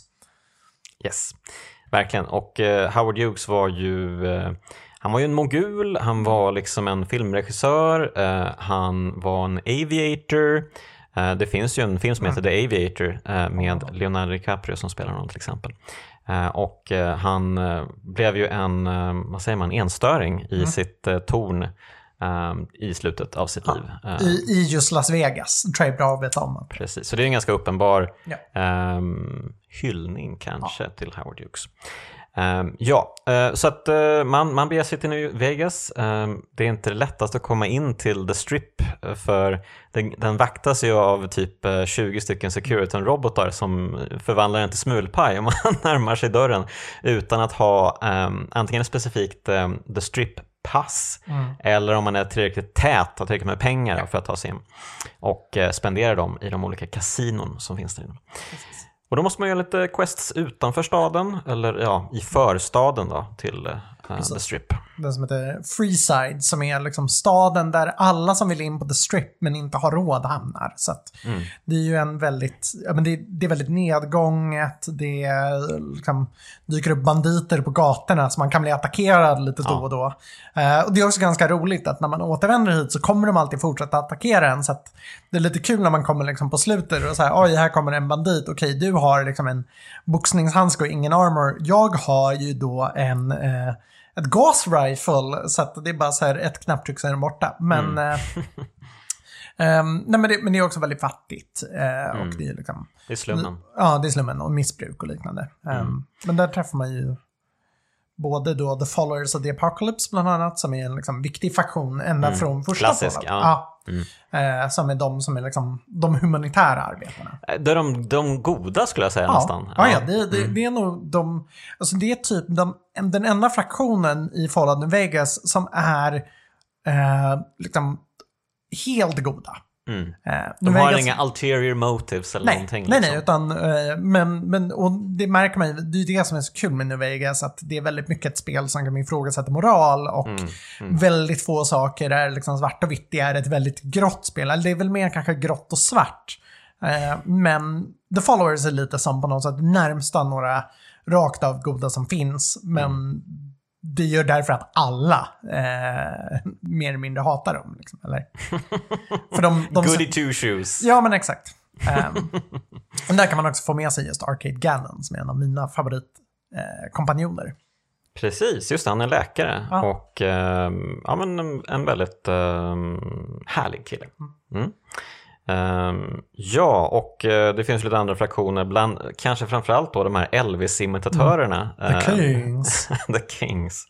Yes, verkligen. Och uh, Howard Hughes var ju, uh, han var ju en mogul, han var liksom en filmregissör, uh, han var en aviator. Uh, det finns ju en film som heter The Aviator uh, med Leonardo DiCaprio som spelar honom till exempel. Uh, och uh, han uh, blev ju en, uh, vad säger man, enstöring i mm. sitt uh, torn uh, i slutet av sitt ja. liv. Uh, I, I just Las Vegas, tror jag bra vet om. Precis, så det är en ganska uppenbar ja. um, hyllning kanske ja. till Howard Hughes. Um, ja, uh, så att uh, man, man beger sig till New Vegas. Um, det är inte lättast att komma in till The Strip, uh, för den, den vaktas ju av typ uh, tjugo stycken Securiton-robotar som förvandlar den till smulpaj om man närmar sig dörren utan att ha um, antingen specifikt um, The Strip-pass mm. eller om man är tillräckligt tät, har tillräckligt med pengar för att ta sig in och uh, spendera dem i de olika kasinon som finns där inne. Precis. Och då måste man göra lite quests utanför staden, eller ja, i förstaden då, till uh, The Strip. Den som heter Freeside, som är liksom staden där alla som vill in på The Strip men inte har råd hamnar. Så att mm. det är ju en väldigt, ja, men det, det är väldigt nedgånget, det är, liksom, dyker upp banditer på gatorna så man kan bli attackerad lite då och då. Uh, och det är också ganska roligt att när man återvänder hit så kommer de alltid fortsätta attackera en, så att det är lite kul när man kommer liksom på slutet och säger, oj, här kommer en bandit, okej, du har liksom en boxningshandske och ingen armor. Jag har ju då en eh, ett gas rifle, så att det är bara så här ett knapptryck så är den borta. Men, mm. eh, um, nej, men, det, men det är också väldigt fattigt. Eh, mm. och det är liksom, det är slummen. Ja, det är slummen och missbruk och liknande. Mm. Um, men där träffar man ju både då The Followers of the Apocalypse bland annat, som är en liksom viktig faktion ända mm. från första Klassisk, ja. ja. Mm. Eh, som är de som är liksom de humanitära arbetarna. Det är de, de goda skulle jag säga ja. nästan. Ja, ja det, det, mm. det är nog de, alltså det är typ de, den enda fraktionen i Fallout New Vegas som är eh, liksom helt goda. Mm. Eh, de har Vegas... inga ulterior motives eller nej, någonting. Nej, liksom. nej, utan eh, men, men och det märker man ju, det är det som är så kul med New Vegas, att det är väldigt mycket ett spel som kan ifrågasätta moral och mm, mm. väldigt få saker är liksom svart och vitt. Det är ett väldigt grått spel, eller det är väl mer kanske grått och svart. Eh, men The Followers är lite som på något sätt närmsta några rakt av goda som finns, men mm. det gör därför att alla eh, mer eller mindre hatar dem. Liksom, eller? För de, de Goody two shoes. Ja, men exakt. Um, och där kan man också få med sig just Arcade Gannon, som är en av mina favoritkompanjoner. Eh, Precis, just det, han är läkare. Ja. Och eh, ja, men en, en väldigt eh, härlig kille. Mm. Um, ja, och uh, det finns lite andra fraktioner, bland, kanske framförallt då de här Elvis-imitatörerna. Mm. The Kings. Uh, The Kings.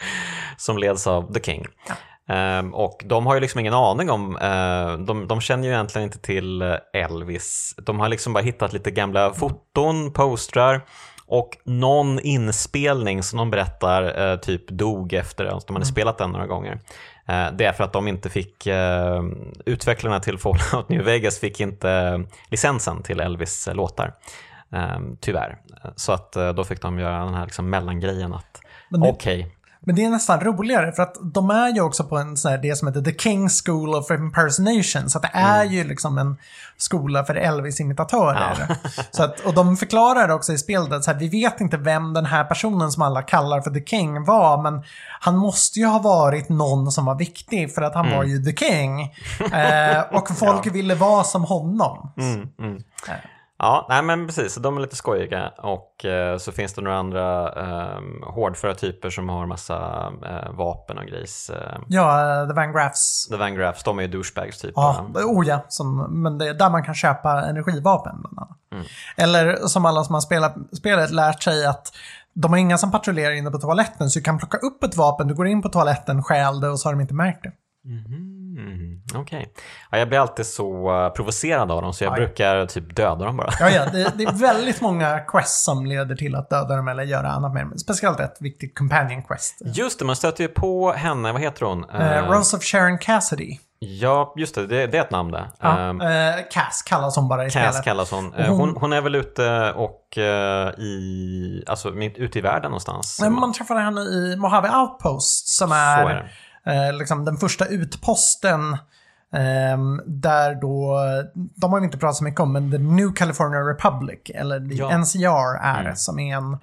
Som leds av The King. Ja. Um, och de har ju liksom ingen aning om, uh, de, de känner ju egentligen inte till Elvis. De har liksom bara hittat lite gamla foton, postrar och någon inspelning som de berättar uh, typ dog efter att de hade mm. spelat den några gånger. Det är för att de inte fick, uh, utvecklarna till Fallout New Vegas fick inte uh, licensen till Elvis låtar, um, tyvärr. Så att uh, då fick de göra den här liksom mellangrejen att okej. Okay. Men det är nästan roligare, för att de är ju också på en sån här, det som heter The King School of Impersonation, så att det är mm. ju liksom en skola för Elvis-imitatörer. Ja. Så att, och de förklarar också i spelet att så här, vi vet inte vem den här personen som alla kallar för The King var, men han måste ju ha varit någon som var viktig, för att han mm. var ju The King. Eh, och folk ja. ville vara som honom. Mm, mm. Eh. Ja, nej men precis, de är lite skojiga, och eh, så finns det några andra eh, hårdföra typer som har massa eh, vapen och grejs. Eh. Ja, uh, The Van Graffs. The Van Graffs, de är ju douchebags typ. Ja, oh ja, som, men det är där man kan köpa energivapen bland annat. Mm. Eller som alla som har spelat spelet lärt sig att de har inga som patrullerar inne på toaletten, så du kan plocka upp ett vapen, du går in på toaletten, stjäl det och så har de inte märkt det. Mm, Okej. Okay. Ja, jag blir alltid så uh, provocerad av dem, så jag ja, brukar ja. typ döda dem bara. Ja, ja det, det är väldigt många quests som leder till att döda dem eller göra annat med dem. Speciellt ett viktigt companion quest. Just det, man stöter ju på henne, vad heter hon? Uh, Rose of Sharon Cassidy. Ja, just det, det, det är ett namn det. Ja, um, uh, Cass kallas hon bara i Cass spelet. kallas hon. Uh, hon. Hon är väl ute och uh, i, alltså, ute i världen någonstans. Men man träffar henne i Mojave Outpost, som är... Så är det. Eh, liksom den första utposten eh, där då, de har vi inte pratat så mycket om, men The New California Republic, eller ja. N C R är mm. som är en,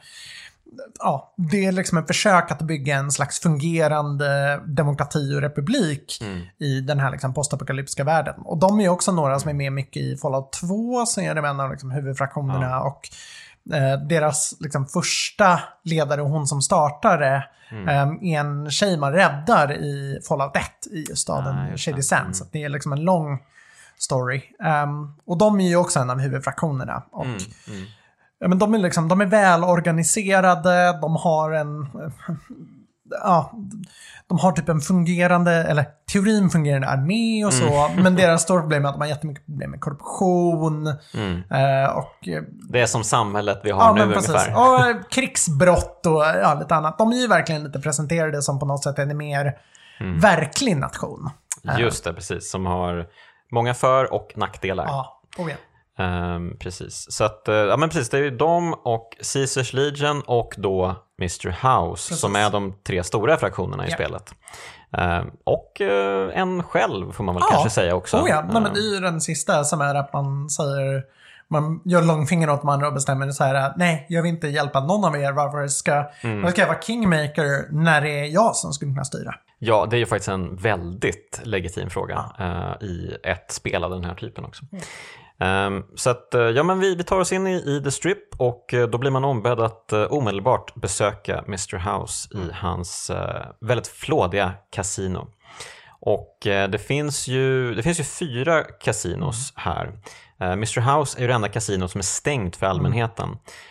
ja, det är liksom ett försök att bygga en slags fungerande demokrati och republik mm. i den här liksom postapokalyptiska världen. Och de är också några som är med mycket i Fallout två, så är det en av liksom huvudfraktionerna ja. och Eh, deras liksom, första ledare, hon som startade, mm. eh, är en tjej man räddar i Fallout ett i staden ah, Shady Sands. Mm. Så det är liksom en lång story. Um, och de är ju också en av huvudfraktionerna. Och mm. Mm. Ja, men de är liksom, de är välorganiserade, de har en... Ja, de har typ en fungerande, eller teorin fungerande armé och så, mm. men deras stora problem är att de har jättemycket problem med korruption. Mm. Eh, och, det är som samhället vi har ja, nu men ungefär. Och krigsbrott och ja, lite annat. De är ju verkligen lite presenterade som på något sätt en mer mm. verklig nation. Just det, precis. Som har många för- och nackdelar. Ja, och ja. Um, precis. Så att, uh, ja men precis, det är ju de och Caesars Legion och då mister House precis. Som är de tre stora fraktionerna i yeah. spelet. Uh, och uh, en själv får man väl ja. kanske säga också. Oh ja, nej, men det är ju den sista som är att man säger, man gör långfinger åt de andra och bestämmer så här: nej, jag vill inte hjälpa någon av er, varför ska, mm. ska jag vara kingmaker när det är jag som skulle kunna styra? Ja, det är ju faktiskt en väldigt legitim fråga ja. uh, i ett spel av den här typen också. Mm. Um, så att, ja men vi, vi tar oss in i, i The Strip och uh, då blir man ombedd att uh, omedelbart besöka mister House i hans uh, väldigt flådiga kasino. Och uh, det finns ju det finns ju fyra kasinos här. Uh, mister House är ju det enda kasino som är stängt för allmänheten.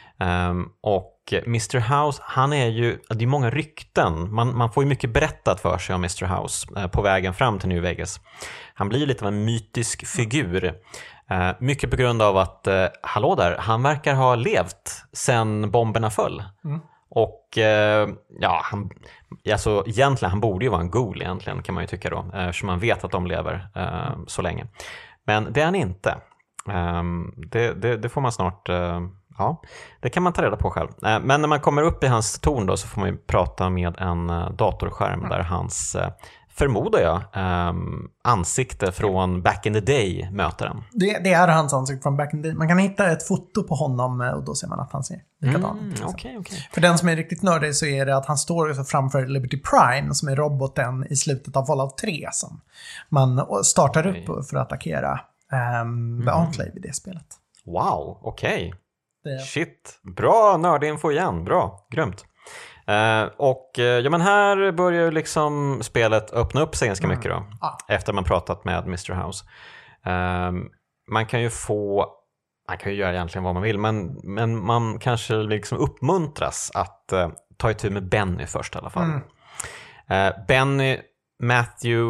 Um, och mister House, han är ju, det är många rykten, man, man får ju mycket berättat för sig om mister House uh, på vägen fram till New Vegas. Han blir ju lite av en mytisk figur. Uh, mycket på grund av att, uh, hallå där, han verkar ha levt sen bomberna föll. Mm. Och uh, ja, han, alltså egentligen, han borde ju vara en ghoul egentligen kan man ju tycka då. Uh, eftersom man vet att de lever uh, mm. så länge. Men det är han inte. Um, det, det, det får man snart, uh, ja, det kan man ta reda på själv. Uh, men när man kommer upp i hans torn då så får man ju prata med en uh, datorskärm mm. där hans... Uh, förmodar jag, um, ansikte från back in the day möter den. Det, det är hans ansikte från back in the day. Man kan hitta ett foto på honom och då ser man att han ser likadan ut. Mm, okay, okay. För den som är riktigt nördig så är det att han står framför Liberty Prime som är roboten i slutet av Fallout tre som man startar okay. upp för att attackera um, The mm. Enclave i det spelet. Wow, okej. Okay. Det... Shit, bra nördinfo igen, bra, grymt. Uh, och uh, ja men här börjar ju liksom spelet öppna upp sig ganska mm. mycket då ah. efter man pratat med mister House. Uh, man kan ju få, man kan ju göra egentligen vad man vill, men, men man kanske liksom uppmuntras att uh, ta itu med Benny först i alla fall. Mm. Uh, Benny, Matthew,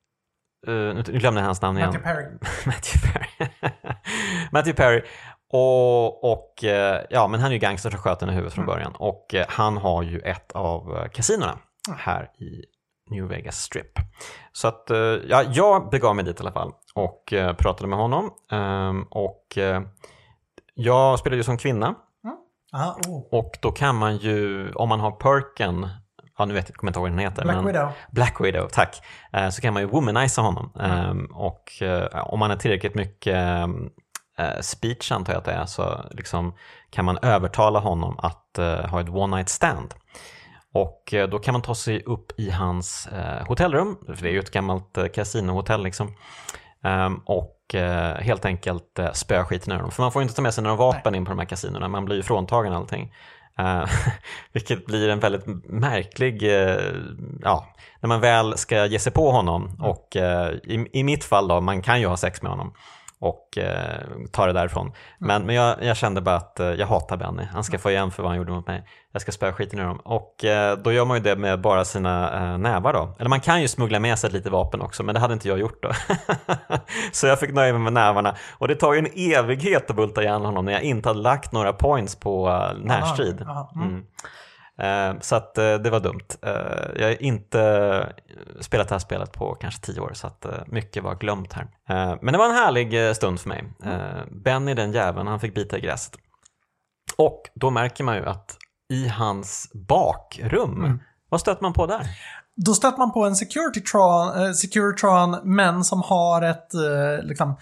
uh, nu glömde jag hans namn igen. Matthew Perry. Matthew Perry. Matthew Perry. Och, och ja, men han är ju gangster som sköt den i huvudet från början. Och han har ju ett av kasinorna här i New Vegas Strip. Så att ja, jag begav mig dit i alla fall och pratade med honom. Och jag spelade ju som kvinna. Aha, oh. Och då kan man ju, om man har perken, ja nu vet jag, kommer inte ihåg vad den heter. Black men Widow. Black Widow, tack. Så kan man ju womanisa honom. Mm. Och om man är tillräckligt mycket Uh, speech antar jag att det är, så liksom kan man övertala honom att uh, ha ett one night stand. Och uh, då kan man ta sig upp i hans uh, hotellrum, för det är ju ett gammalt uh, kasinohotell liksom. Um, och uh, helt enkelt uh, spöa skiten ur dem. För man får ju inte ta med sig några vapen Nej. in på de här kasinorna, man blir ju fråntagen allting. Uh, vilket blir en väldigt märklig, uh, ja, när man väl ska ge sig på honom. Mm. Och uh, i, i mitt fall då, man kan ju ha sex med honom och eh, ta det därifrån. Men, mm. men jag, jag kände bara att eh, jag hatar Benny. Han ska få igen för vad han gjorde mot mig. Jag ska spöa skiten ur dem. Och eh, då gör man ju det med bara sina eh, nävar då. Eller man kan ju smuggla med sig lite vapen också, men det hade inte jag gjort då. Så jag fick nöja mig med nävarna. Och det tar ju en evighet att bulta igen honom när jag inte hade lagt några points på uh, närstrid. Aha, aha. Mm. Uh, så att uh, det var dumt. Uh, jag har inte spelat det här spelet på kanske tio år, så att uh, mycket var glömt här. Uh, men det var en härlig uh, stund för mig. Uh, Benny, den jäveln, han fick bita i gräset. Och då märker man ju att i hans bakrum, mm. vad stöter man på där? Då stöter man på en Securitron, uh, Securitron men som har ett uh, liksom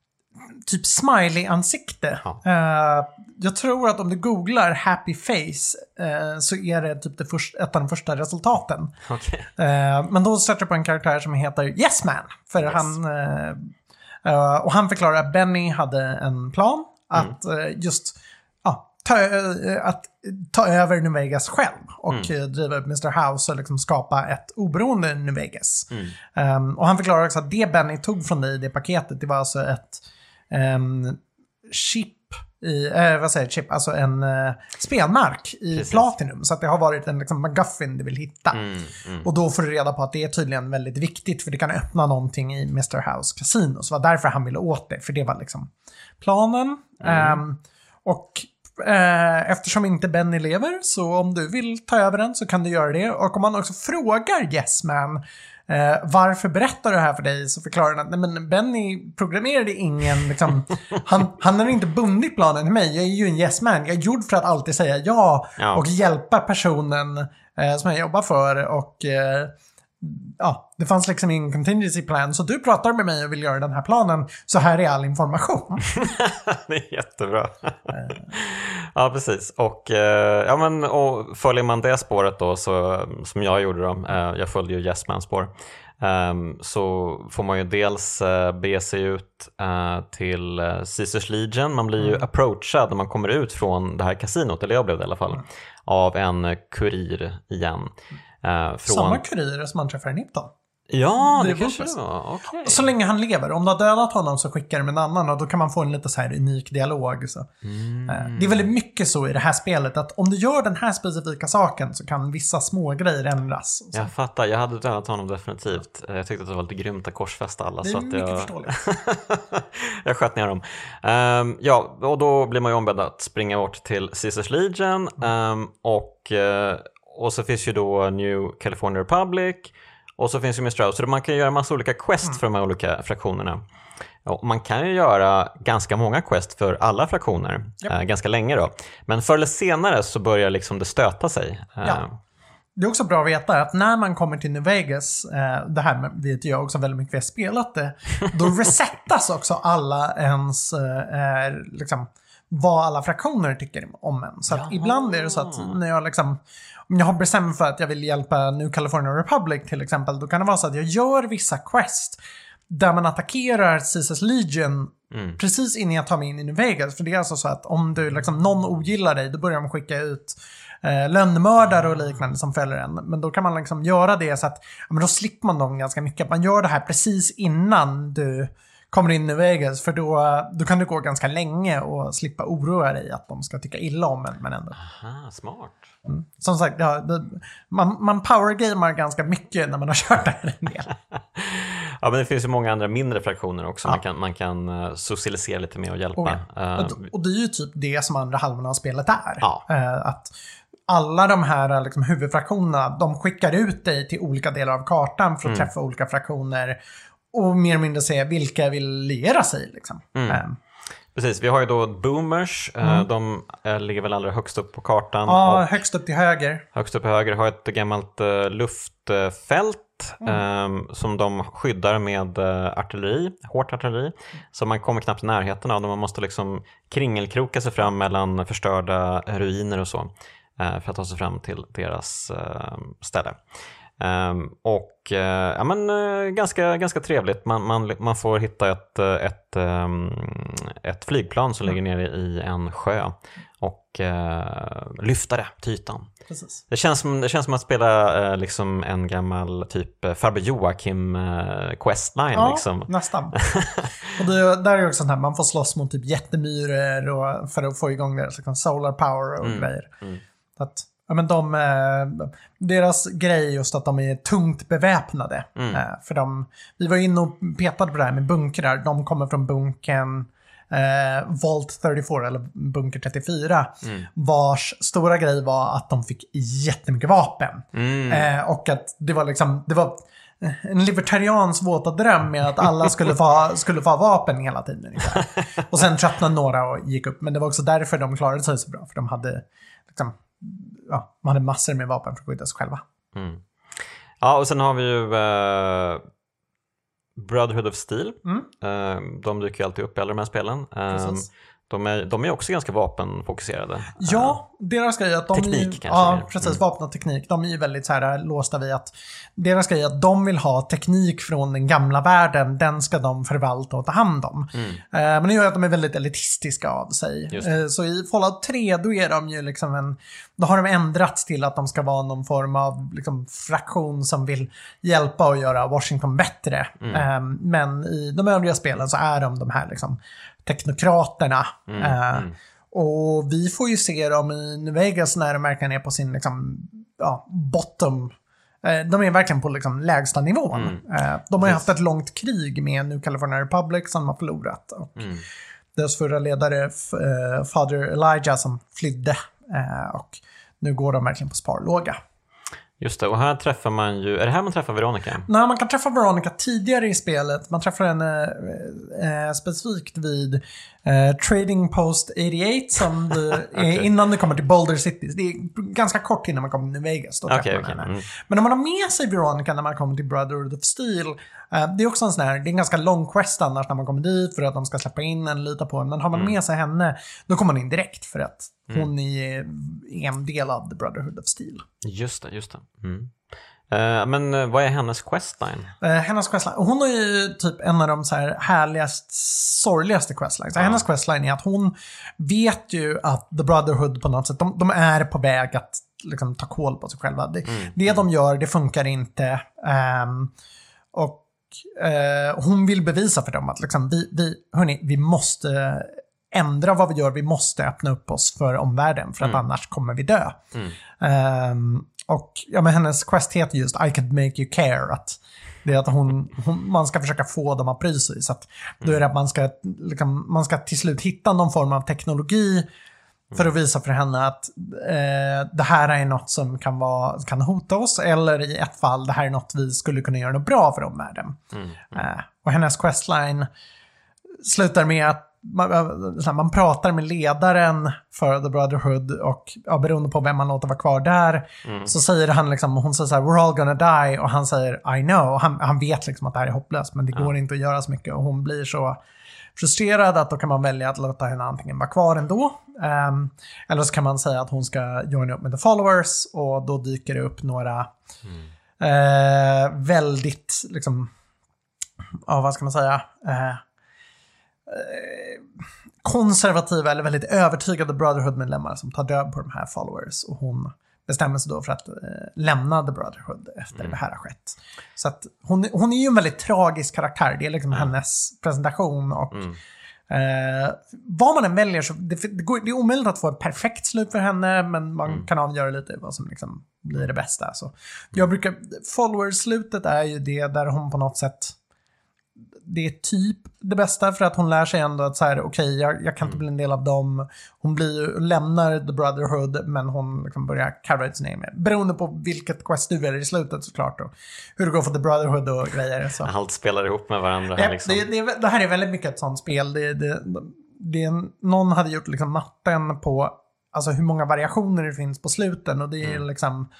typ smiley-ansikte. Ja. Uh, jag tror att om du googlar happy face uh, så är det typ det först, ett av de första resultaten. Okay. Uh, men då stöter du på en karaktär som heter Yes Man. För yes. han, uh, uh, och han förklarar att Benny hade en plan att mm. uh, just uh, ta, uh, att ta över New Vegas själv och mm. uh, driva upp mister House och liksom skapa ett oberoende New Vegas. Mm. Um, och han förklarar också att det Benny tog från dig i det paketet, det var alltså ett Um, chip i, eh, vad säger chip, alltså en eh, spelmark i Precis. Platinum. Så att det har varit en liksom, MacGuffin du vill hitta. Mm, mm. Och då får du reda på att det är tydligen väldigt viktigt, för det kan öppna någonting i mister House Casino. Så det var därför han ville åt det, för det var liksom planen. Mm. Um, och eh, eftersom inte Benny lever, så om du vill ta över den så kan du göra det. Och om man också frågar Yes Man Eh, varför berättar du det här för dig, så förklarar han att nej, men Benny programmerade ingen liksom, han, han har inte bundit planen till mig, jag är ju en yes man, jag är gjord för att alltid säga ja, ja. Och hjälpa personen eh, som jag jobbar för, och eh, ja, det fanns liksom ingen contingency plan, så du pratar med mig och vill göra den här planen, så här är all information. Det är jättebra. Ja, precis. Och, eh, ja, men, och följer man det spåret då, så, som jag gjorde då, eh, jag följde ju Yes Man spår, eh, så får man ju dels eh, bege sig ut eh, till eh, Caesars Legion. Man blir ju mm. approachad när man kommer ut från det här kasinot, eller jag blev det i alla fall, mm. av en kurir igen. Eh, från... Samma kurir som man träffar i Nipton. Ja, det, det kanske det var. Okay. Så länge han lever. Om du har dödat honom så skickar du med en annan, och då kan man få en lite så här unik dialog. Så. Mm. Det är väldigt mycket så i det här spelet, att om du gör den här specifika saken så kan vissa små grejer ändras. Jag fattar, jag hade dödat honom definitivt. Jag tyckte att det var lite grymt att korsfästa alla. Det är så att mycket jag... förståeligt. Jag sköt ner dem. Um, ja, och då blir man ju ombedd att springa bort till Caesars Legion. Um, och, uh, och så finns ju då New California Republic. Och så finns ju mister House, så man kan göra massa olika quest mm. för de här olika fraktionerna. Och man kan ju göra ganska många quest för alla fraktioner, yep. äh, ganska länge då. Men förr eller senare så börjar liksom det stöta sig. Ja. Det är också bra att veta att när man kommer till New Vegas, eh, det här vet jag också väldigt mycket, vi har spelat det, då resettas också alla ens, eh, liksom, vad alla fraktioner tycker om en. Så att ibland är det så att när jag liksom, om jag har bestämt för att jag vill hjälpa New California Republic till exempel, då kan det vara så att jag gör vissa quest där man attackerar Caesars Legion mm. precis innan jag tar mig in i New Vegas. För det är alltså så att om du liksom, någon ogillar dig, då börjar man skicka ut eh, lönnmördare och liknande som följer en. Men då kan man liksom göra det så att ja, men då slipper man dem ganska mycket. Man gör det här precis innan du kommer in i Vegas, för då, då kan du gå ganska länge och slippa oroa dig att de ska tycka illa om en, men ändå. Aha, smart. Mm. Som sagt, ja, det, man, man powergamar ganska mycket när man har kört det här en del. Ja, men det finns ju många andra mindre fraktioner också. Ja. Man kan, man kan uh, socialisera lite med och hjälpa. Oh, ja. uh, och, och det är ju typ det som andra halvan av spelet är. Ja. Uh, att alla de här liksom, huvudfraktionerna, de skickar ut dig till olika delar av kartan för att mm. träffa olika fraktioner och mer eller mindre se vilka vill liera sig. Liksom. Mm. Um, Precis, vi har ju då Boomers, mm. de ligger väl allra högst upp på kartan. Ja, högst upp till höger. Högst upp till höger har ett gammalt uh, luftfält mm. um, som de skyddar med uh, artilleri, hårt artilleri. Mm. Så man kommer knappt i närheten av dem, man måste liksom kringelkroka sig fram mellan förstörda ruiner och så uh, för att ta sig fram till deras uh, ställe. Um, och uh, ja, men, uh, ganska, ganska trevligt. Man, man, man får hitta ett, ett, um, ett flygplan som ligger nere i en sjö och uh, lyfta det till ytan. Precis. Det känns som, det känns som att spela uh, liksom en gammal typ uh, Farbror Joakim uh, questline. Ja, liksom. Nästan. Och det, där är också sånt här, man får slåss mot typ jättemyror och, för att få igång deras liksom, solar power och mm. grejer. Mm. Så att ja, men de, deras grej just att de är tungt beväpnade. Mm. För de, vi var inne och petade på det här med bunkrar. De kommer från bunkern eh, Vault trettiofyra eller bunker trettiofyra. Mm. Vars stora grej var att de fick jättemycket vapen. Mm. Eh, och att det var liksom, det var en libertarians våta dröm med att alla skulle få, skulle få vapen hela tiden. Liksom. Och sen tröttnade några och gick upp. Men det var också därför de klarade sig så bra. För de hade liksom, ja, man hade massor med vapen för att skydda sig själva. Mm. Ja, och sen har vi ju uh, Brotherhood of Steel. Mm. Uh, de dyker ju alltid upp i alla de här spelen. Uh, de, är, de är också ganska vapenfokuserade. Ja, deras grej att de teknik är, kanske. Ja, mer. precis. Mm. Vapen och teknik. De är ju väldigt så här låsta vid att deras grej är att de vill ha teknik från den gamla världen. Den ska de förvalta och ta hand om. Mm. Uh, men det gör att de är väldigt elitistiska av sig. Uh, så i Fallout tre då är de ju liksom en... Då har de ändrats till att de ska vara någon form av liksom, fraktion som vill hjälpa och göra Washington bättre. Mm. Um, men i de övriga spelen så är de de här liksom, teknokraterna. Mm. Uh, mm. Och vi får ju se dem i New Vegas när de verkligen är på sin liksom, ja, bottom. De är verkligen på liksom lägsta nivån. Mm. De har ju haft ett långt krig med New California Republic som har förlorat. Och mm. deras förra ledare, Father Elijah, som flydde. Och nu går de verkligen på sparlåga. Just det, och här träffar man ju... Är det här man träffar Veronica? Nej, man kan träffa Veronica tidigare i spelet. Man träffar henne eh, specifikt vid eh, Trading Post åttioåtta som du, okay. är innan du kommer till Boulder City. Det är ganska kort innan man kommer till New Vegas. Då okay, okay. Mm. Men om man har med sig Veronica när man kommer till Brotherhood of Steel, eh, det är också en sån här, det är en ganska lång quest annars när man kommer dit för att de ska släppa in en, lita på en. Men har man mm. med sig henne, då kommer man in direkt för att hon mm. är en del av The Brotherhood of Steel. Just det, just det. Mm. Uh, men uh, vad är hennes questline? Uh, hennes questline, hon har ju typ en av de så här härligast, sorgligaste questlines. Uh. Hennes questline är att hon vet ju att The Brotherhood på något sätt, de, de är på väg att liksom, ta koll på sig själva. Det, mm. det de gör, det funkar inte. Um, och uh, hon vill bevisa för dem att liksom, vi, vi, hörni, vi måste ändra vad vi gör. Vi måste öppna upp oss för omvärlden för att mm. annars kommer vi dö. Mm. Um, och ja, men hennes quest heter just I could make you care. Att det är att hon, hon, man ska försöka få dem att bry sig. Så att då är det att man ska, liksom, man ska till slut hitta någon form av teknologi för att visa för henne att eh, det här är något som kan, vara, kan hota oss. Eller i ett fall, det här är något vi skulle kunna göra något bra för omvärlden. Mm. Mm. Eh, och hennes questline slutar med att Man, man pratar med ledaren för The Brotherhood och ja, beroende på vem man låter vara kvar där mm. så säger han liksom, hon säger så här, we're all gonna die, och han säger I know, och han, han vet liksom att det här är hopplöst, men det ja. går inte att göra så mycket, och hon blir så frustrerad att då kan man välja att låta henne antingen vara kvar ändå um, eller så kan man säga att hon ska joina upp med The Followers, och då dyker det upp några mm. eh, väldigt liksom, ja, vad ska man säga eh, konservativa eller väldigt övertygade Brotherhood-medlemmar som tar död på de här followers, och hon bestämmer sig då för att eh, lämna The Brotherhood efter mm. det här har skett. Så att hon, hon är ju en väldigt tragisk karaktär. Det är liksom mm. hennes presentation, och mm. eh, vad man än väljer så det, det, går, det är omöjligt att få ett perfekt slut för henne, men man mm. kan avgöra lite vad som liksom blir det bästa. Så jag brukar, followers-slutet är ju det där hon på något sätt, det är typ det bästa, för att hon lär sig ändå att så här, okej, okay, jag, jag kan inte bli en del av dem. Hon blir, lämnar The Brotherhood, men hon liksom börjar carry sin name. Beroende på vilket quest du väljer i slutet såklart, och hur det går för The Brotherhood och grejer. Så. Allt spelar ihop med varandra. Ja, här, liksom. det, det, det här är väldigt mycket ett sånt spel. Det, det, det, någon hade gjort liksom matten på alltså hur många variationer det finns på sluten, och det är mm. liksom...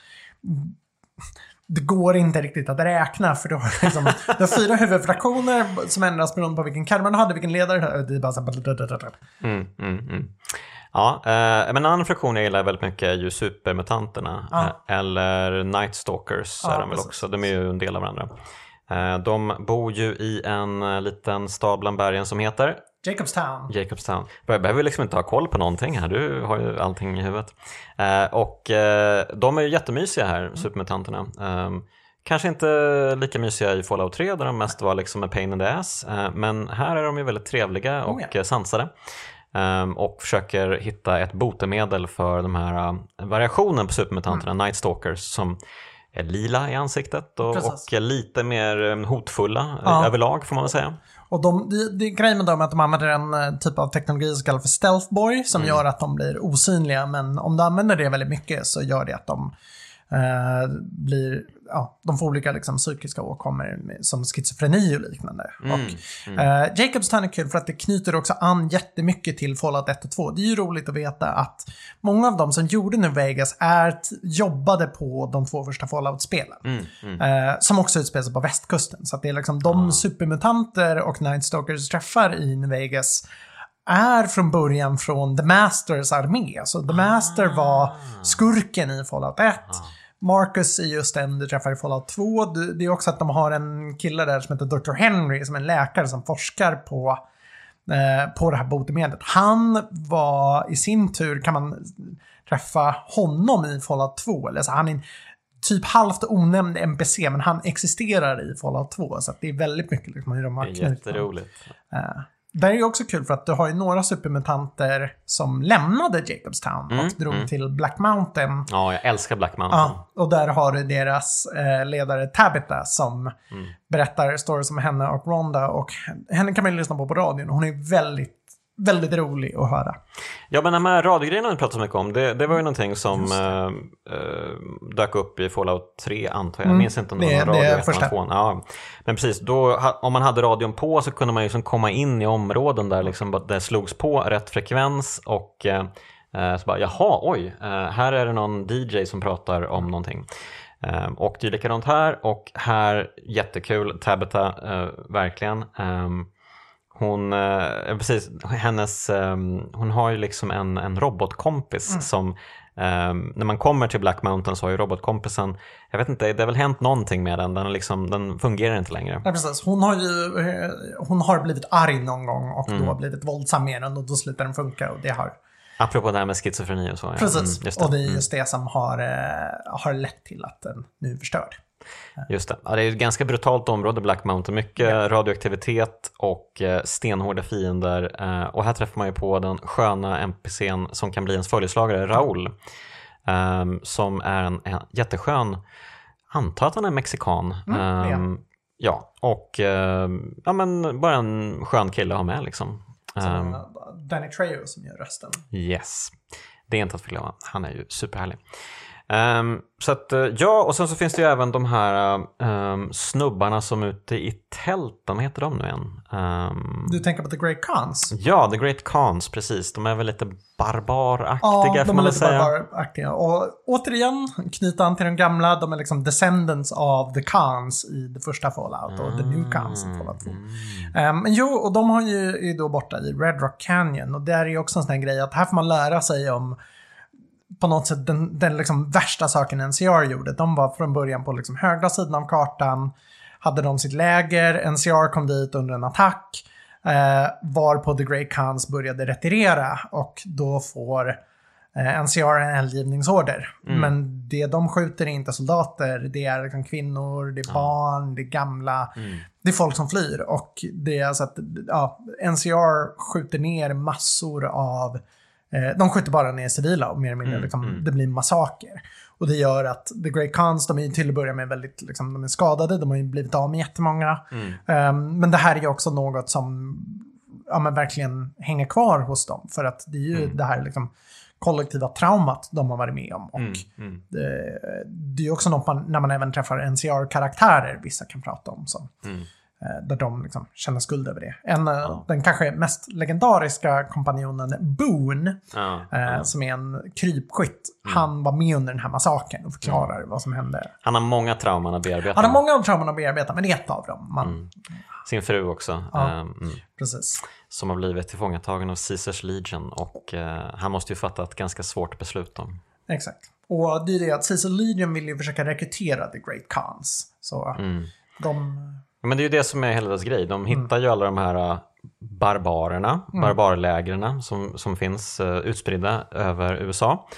Det går inte riktigt att räkna, för du har, liksom, du har fyra huvudfraktioner som ändras beroende på vilken karaktär man hade, vilken ledare. Det är bara så här... Mm, mm, mm. Ja, eh, men en annan fraktion jag gillar väldigt mycket är ju supermutanterna. Ja. Eh, eller Night Stalkers ja, är de väl också. De är ju en del av varandra. Eh, de bor ju i en liten stad bland bergen som heter... Jacobstown. Jacobstown. Jag behöver liksom inte ha koll på någonting här. Du har ju allting i huvudet. Eh, och eh, de är ju jättemysiga här, mm. supermutanterna. Eh, kanske inte lika mysiga i Fallout tre, där de mest var liksom en pain in the ass. Eh, men här är de ju väldigt trevliga och oh, ja. sansade. Eh, och försöker hitta ett botemedel för de här uh, variationen på supermutanterna, mm. Night Stalkers, som är lila i ansiktet och, och lite mer hotfulla ja. överlag, får man väl säga. Och de, det, det grejen med dem är att de använder en typ av teknologi som kallas för Stealth Boy, som mm. gör att de blir osynliga, men om du använder det väldigt mycket så gör det att de eh, blir, ja, de får olika liksom, psykiska åkommor som schizofreni och liknande. Mm. Och mm. Eh, Jacobstown är kul för att det knyter också an jättemycket till Fallout ett och två. Det är ju roligt att veta att många av dem som gjorde New Vegas är t- jobbade på de två första Fallout-spelen. Mm. Mm. Eh, som också utspelar sig på västkusten. Så att det är liksom de ah. supermutanter och Night Stalkers träffar i New Vegas är från början från The Masters armé. Så The Master ah. var skurken i Fallout ett. Ah. Marcus är just den du träffar i Fallout två. Det är också att de har en kille där som heter doktor Henry, som är en läkare som forskar på, eh, på det här botemedlet. Han var i sin tur, kan man träffa honom i Fallout två. Eller så han är en typ halvt onämnd N P C, men han existerar i Fallout två. Så att det är väldigt mycket liksom, hur de har knutit. Jätteroligt. Eh, Där är ju också kul för att du har ju några supermutanter som lämnade Jacobstown Mm, och drog mm. till Black Mountain. Ja, jag älskar Black Mountain. Ja, och där har du deras eh, ledare Tabitha som Mm. berättar stories om henne och Rhonda. Och henne kan man ju lyssna på på radion. Hon är väldigt, väldigt rolig att höra. Ja, men de här radiogrejerna vi pratar så mycket om, det, det var ju någonting som äh, äh, dök upp i Fallout tre, antar jag. Jag Mm, minns inte om det, det- var någon det är radio första. ettan, tvåan. Ja. Men precis, då, ha- om man hade radion på så kunde man ju liksom komma in i områden där liksom, det slogs på rätt frekvens och äh, så bara, jaha, oj, äh, här är det någon D J som pratar om någonting. Äh, och det är likadant här, och här, jättekul, Tabitha, äh, verkligen. Ähm, Hon, eh, precis, hennes, eh, hon har ju liksom en, en robotkompis Mm. som, eh, när man kommer till Black Mountain så har ju robotkompisen, jag vet inte, det har väl hänt någonting med den, den, är liksom, den fungerar inte längre. Ja, precis. Hon har ju eh, hon har blivit arg någon gång och Mm. då blivit våldsam med den och då slutar den funka och det har... Apropå det här med schizofreni och så. Ja. Precis. Mm, just det. Och det är just det som har, eh, har lett till att den nu är förstörd. Just det. Ja, det är ett ganska brutalt område, Black Mountain. Mycket Ja. radioaktivitet och eh, stenhårda fiender. Eh, och här träffar man ju på den sköna N P C:n som kan bli ens följeslagare, Raoul. Eh, som är en, en jätteskön, antar att han är mexikan. Mm, eh, ja. ja, och eh, ja, men bara en skön kille att ha med liksom. Så, Eh, Danny Trejo som gör rösten. Yes, det är inte att förglömma. Han är ju superhärlig. Um, så att, uh, ja, och sen så finns det ju även de här um, snubbarna som är ute i tält. De heter de nu igen. Um, Du tänker på The Great Khans? ja, The Great Khans, precis. De är väl lite barbaraktiga, Ja, får de är man väl lite säga. barbaraktiga. Och återigen, knyta an till de gamla. De är liksom descendants av the Khans i det första Fallout och the New Khans i Fallout två. Um, men jo, och de har ju, är då borta i Red Rock Canyon. Och där är ju också en sån här grej att här får man lära sig om på något sätt den, den liksom värsta saken N C R gjorde. De var från början på liksom högra sidan av kartan. Hade de sitt läger. N C R kom dit under en attack. Eh, var på The Great Khans började retirera. Och då får eh, N C R en eldgivningsorder. Mm. Men det de skjuter är inte soldater. Det är liksom kvinnor, det är barn, det är gamla. Mm. Det är folk som flyr. Och det är alltså att ja, N C R skjuter ner massor av... Eh, de skjuter bara ner civila och mer eller mindre Mm, liksom, mm. det blir massaker. Och det gör att The Great Khans, de är ju till att börja med väldigt liksom, de är skadade. De har ju blivit av med jättemånga. Mm. Um, men det här är ju också något som ja, men verkligen hänger kvar hos dem. För att det är ju Mm. det här liksom, kollektiva traumat de har varit med om. Och Mm. Mm. det, det är ju också något man, när man även träffar N C R-karaktärer vissa kan prata om. Som, Mm. eh, där de liksom känner skuld över det. En, eh, Ja. Den kanske mest legendariska kompanjonen Boone, Ja, eh, ja. som är en krypskytt. Mm. Han var med under den här massakern och förklarar vad som hände. Han har många trauman att bearbeta. Han har många av trauman att bearbeta, men det är ett av dem. Man, Mm. Sin fru också. Ja. ehm, mm. Precis. Som har blivit tillfångatagen av Caesars Legion. Och eh, han måste ju fatta ett ganska svårt beslut då. Exakt. Och det är det att Caesar Legion vill ju försöka rekrytera The Great Khans. Så Mm. de... Men det är ju det som är hela deras grej. De hittar ju alla de här uh, barbarerna, Mm. barbarlägren som, som finns uh, utspridda över U S A.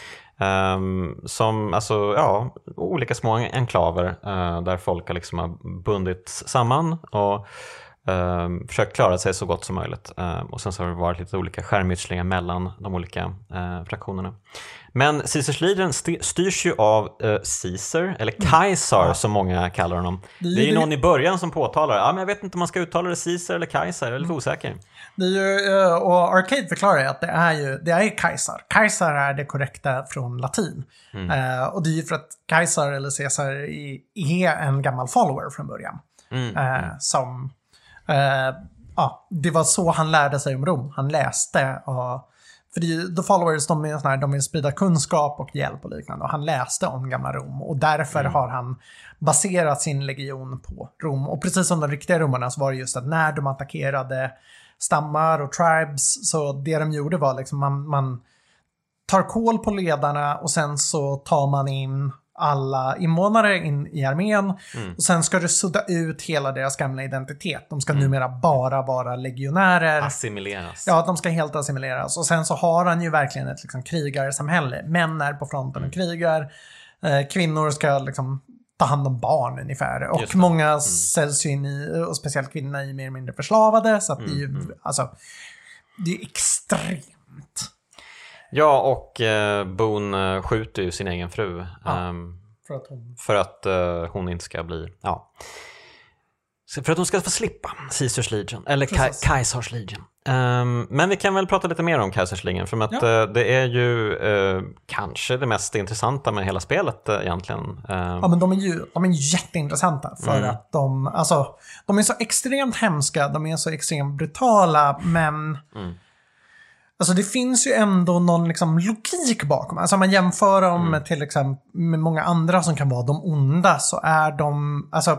Um, som, alltså, ja, olika små enklaver uh, där folk har liksom har bundits samman och um, försökt klara sig så gott som möjligt. Um, och sen så har det varit lite olika skärmytslingar mellan de olika uh, fraktionerna. Men Caesars Legion st- styrs ju av uh, Caesar, eller Kaiser Ja. som många kallar honom. Det är Det är ju det- någon i början som påtalar, ja men jag vet inte om man ska uttala det Caesar eller Kaiser, jag är lite osäker. Det är ju, eh, och Arcade förklarar ju att det är ju det är Kaiser. Kaiser är det korrekta från latin. Eh, och det är ju för att Kaiser eller Caesar är, är en gammal follower från början. Mm. Eh, som, eh, ja, det var så han lärde sig om Rom. Han läste och för det, the followers, de är såna här, de vill sprida kunskap och hjälp och liknande. Och han läste om gamla Rom. Och därför Mm. har han baserat sin legion på Rom. Och precis som de riktiga romarna så var det just att när de attackerade stammar och tribes, så det de gjorde var liksom man, man tar koll på ledarna och sen så tar man in alla invånare in i armén. Mm. Och sen ska du sudda ut hela deras gamla identitet. De ska numera bara vara legionärer. Assimileras. Ja, de ska helt assimileras. Och sen så har han ju verkligen ett liksom, krigarsamhälle. Män är på fronten och krigar. Eh, kvinnor ska liksom ta hand om barn ungefär. Och många mm. säljs in i, och speciellt kvinnor är mer eller mindre förslavade. Så att mm. det är ju, alltså, det är extremt. Ja, och eh, Boone skjuter ju sin egen fru. Ja, um, för att, hon... för att uh, hon inte ska bli, ja. För att hon ska få slippa Caesars Legion, eller Ka- Kaisers Legion. Um, men vi kan väl prata lite mer om Kaisers Legion, för att ja. uh, det är ju uh, kanske det mest intressanta med hela spelet uh, egentligen. Uh, ja, men de är ju de är jätteintressanta för mm. att de, alltså, de är så extremt hemska, de är så extremt brutala, men mm. alltså det finns ju ändå någon liksom logik bakom. Alltså om man jämför dem mm. med till exempel med många andra som kan vara de onda, så är de, alltså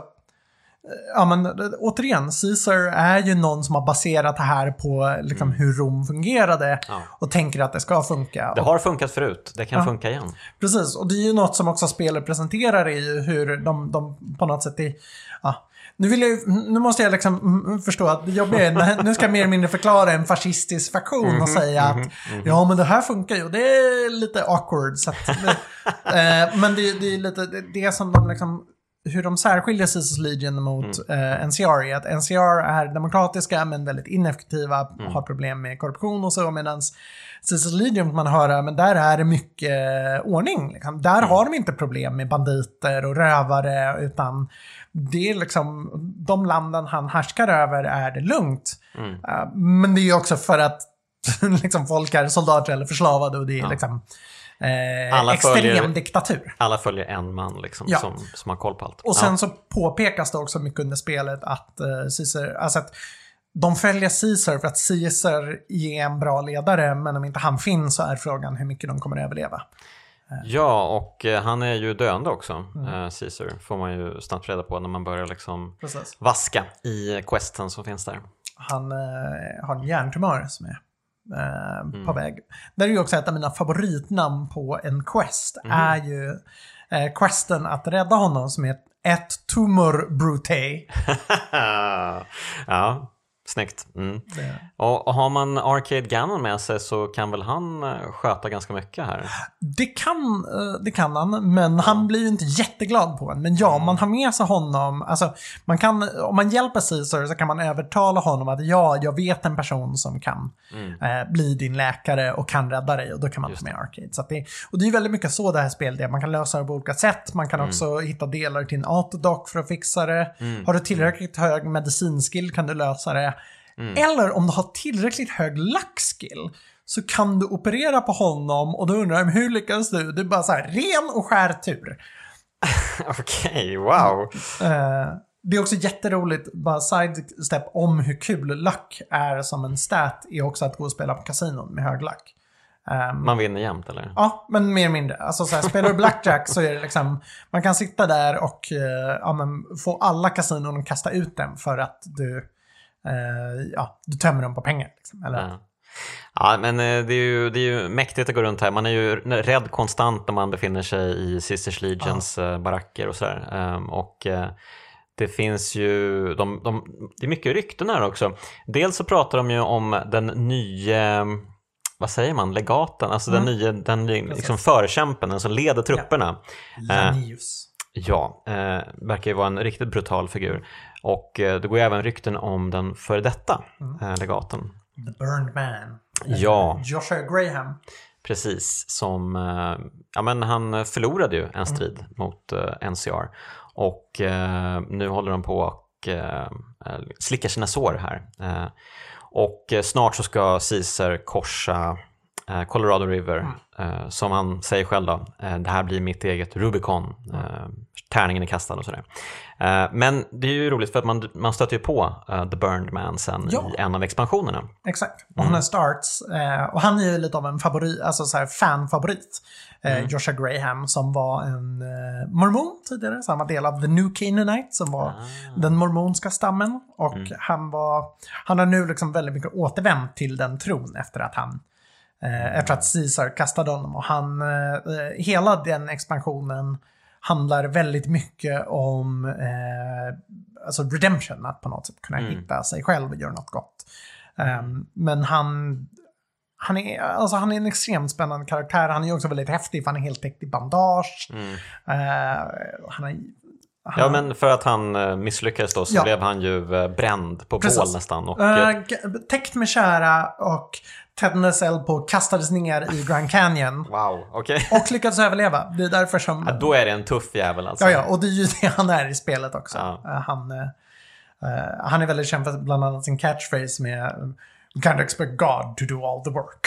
ja, men återigen, Caesar är ju någon som har baserat det här på liksom, mm. hur Rom fungerade ja. och tänker att det ska funka. Det har funkat förut, det kan ja. funka igen. Precis, och det är ju något som också spelare presenterar i hur de, de på något sätt är, ja. Nu, vill jag, nu måste jag liksom förstå att jag blir, nu ska jag mer eller mindre förklara en fascistisk faktion mm-hmm, och säga att mm-hmm. ja, men det här funkar ju, det är lite awkward så att, eh, men det, det är lite det, det som de liksom, hur de särskiljer Caesars Legion mot mm. eh, N C R är att N C R är demokratiska men väldigt ineffektiva, mm. har problem med korruption och så, medan Caesars Legion man hör, men där är det mycket eh, ordning. Liksom. Där mm. har de inte problem med banditer och rövare, utan det är liksom, de landen han härskar över är det lugnt. Mm. Uh, men det är ju också för att liksom, folk är soldater eller förslavade och det är ja. liksom Eh, alla extrem följer, diktatur. Alla följer en man liksom, ja. som, som har koll på allt. Och sen ja. så påpekas det också mycket under spelet att eh, Caesar, alltså att de följer Caesar för att Caesar är en bra ledare, men om inte han finns så är frågan hur mycket de kommer att överleva. Ja, och eh, han är ju döende också, mm. eh, Caesar, får man ju snabbt reda på när man börjar liksom vaska i questen som finns där. Han eh, har en hjärntumör som är Eh, mm. på väg. Det är ju också ett av mina favoritnamn på en quest mm. är ju eh, questen att rädda honom som är ett tumor brute. Ja, snyggt. Mm. Och, och har man Arcade Gannon med sig så kan väl han sköta ganska mycket här? Det kan, det kan han, men han blir ju inte jätteglad på en. Men ja, mm. man har med sig honom. Alltså, man kan, om man hjälper Caesar så kan man övertala honom att ja, jag vet en person som kan mm. eh, bli din läkare och kan rädda dig, och då kan man ta med Arcade. Så att det, och det är väldigt mycket så det här spelet är. Man kan lösa det på olika sätt. Man kan mm. också hitta delar till en autodoc för att fixa det. Mm. Har du tillräckligt hög medicinskill kan du lösa det. Mm. Eller om du har tillräckligt hög luck-skill så kan du operera på honom, och då undrar jag, hur lyckas du? Det är bara så här, ren och skär tur. Okej, okay, wow. Uh, det är också jätteroligt, bara sidestep om hur kul luck är som en stat är också att gå och spela på kasinon med hög luck. Um, man vinner jämt, eller? Ja, men mer eller mindre. Alltså så här, spelar du blackjack så är det liksom, man kan sitta där och uh, ja, men, få alla kasinon och kasta ut dem för att du Uh, ja, du tömmer dem på pengar liksom, eller? Ja. Ja, men det är, ju, det är ju mäktigt att gå runt här. Man är ju rädd konstant när man befinner sig i Caesars Legions ja. baracker och sådär. Um, och uh, det finns ju de, de, det är mycket rykten här också. Dels så pratar de ju om den nya, vad säger man, legaten, alltså mm. den nya, den liksom förkämpen, den som leder trupperna. Ja. Janius. Uh, ja, uh, verkar ju vara en riktigt brutal figur. Och eh, det går ju även rykten om den före detta mm. eh, legaten. The Burned Man. Ja. Joshua Graham. Precis, som eh, ja, men han förlorade ju en strid mm. mot eh, N C R. Och eh, nu håller de på och eh, slickar sina sår här. Eh, och eh, snart så ska Caesar korsa eh, Colorado River. Mm. Eh, som han säger själv då. Eh, det här blir mitt eget Rubicon. Mm. Eh, tärningen är kastad och sådär. Uh, men det är ju roligt för att man, man stöter ju på uh, The Burned Man sen ja. i en av expansionerna. Exakt, och mm. han är starts. Uh, och han är ju lite av en favorit, alltså så här fanfavorit. Uh, mm. Joshua Graham som var en uh, mormon tidigare. Så han var del av The New Canaanite som var ah. den mormonska stammen. Och mm. han var, han har nu liksom väldigt mycket återvänt till den tron efter att han uh, efter att Caesar kastade honom. Och han, uh, hela den expansionen handlar väldigt mycket om eh, alltså redemption, att på något sätt kunna mm. hitta sig själv och göra något gott. Um, men han han är, alltså han är en extremt spännande karaktär. Han är också väldigt häftig för han är helt täckt i bandage. Mm. Uh, han har Ja, men för att han uh, misslyckades då så ja. blev han ju uh, bränd på Precis. bål nästan. Och, uh, täckt med kära och Ted Nessel på kastades ner i Grand Canyon. Wow, okej. Okay. Och lyckades överleva. Det är därför som... Ja, då är det en tuff jävel alltså. Ja, ja, och det är ju det han är i spelet också. Ja. Uh, han, uh, han är väldigt känd för bland annat sin catchphrase med "We can't expect God to do all the work."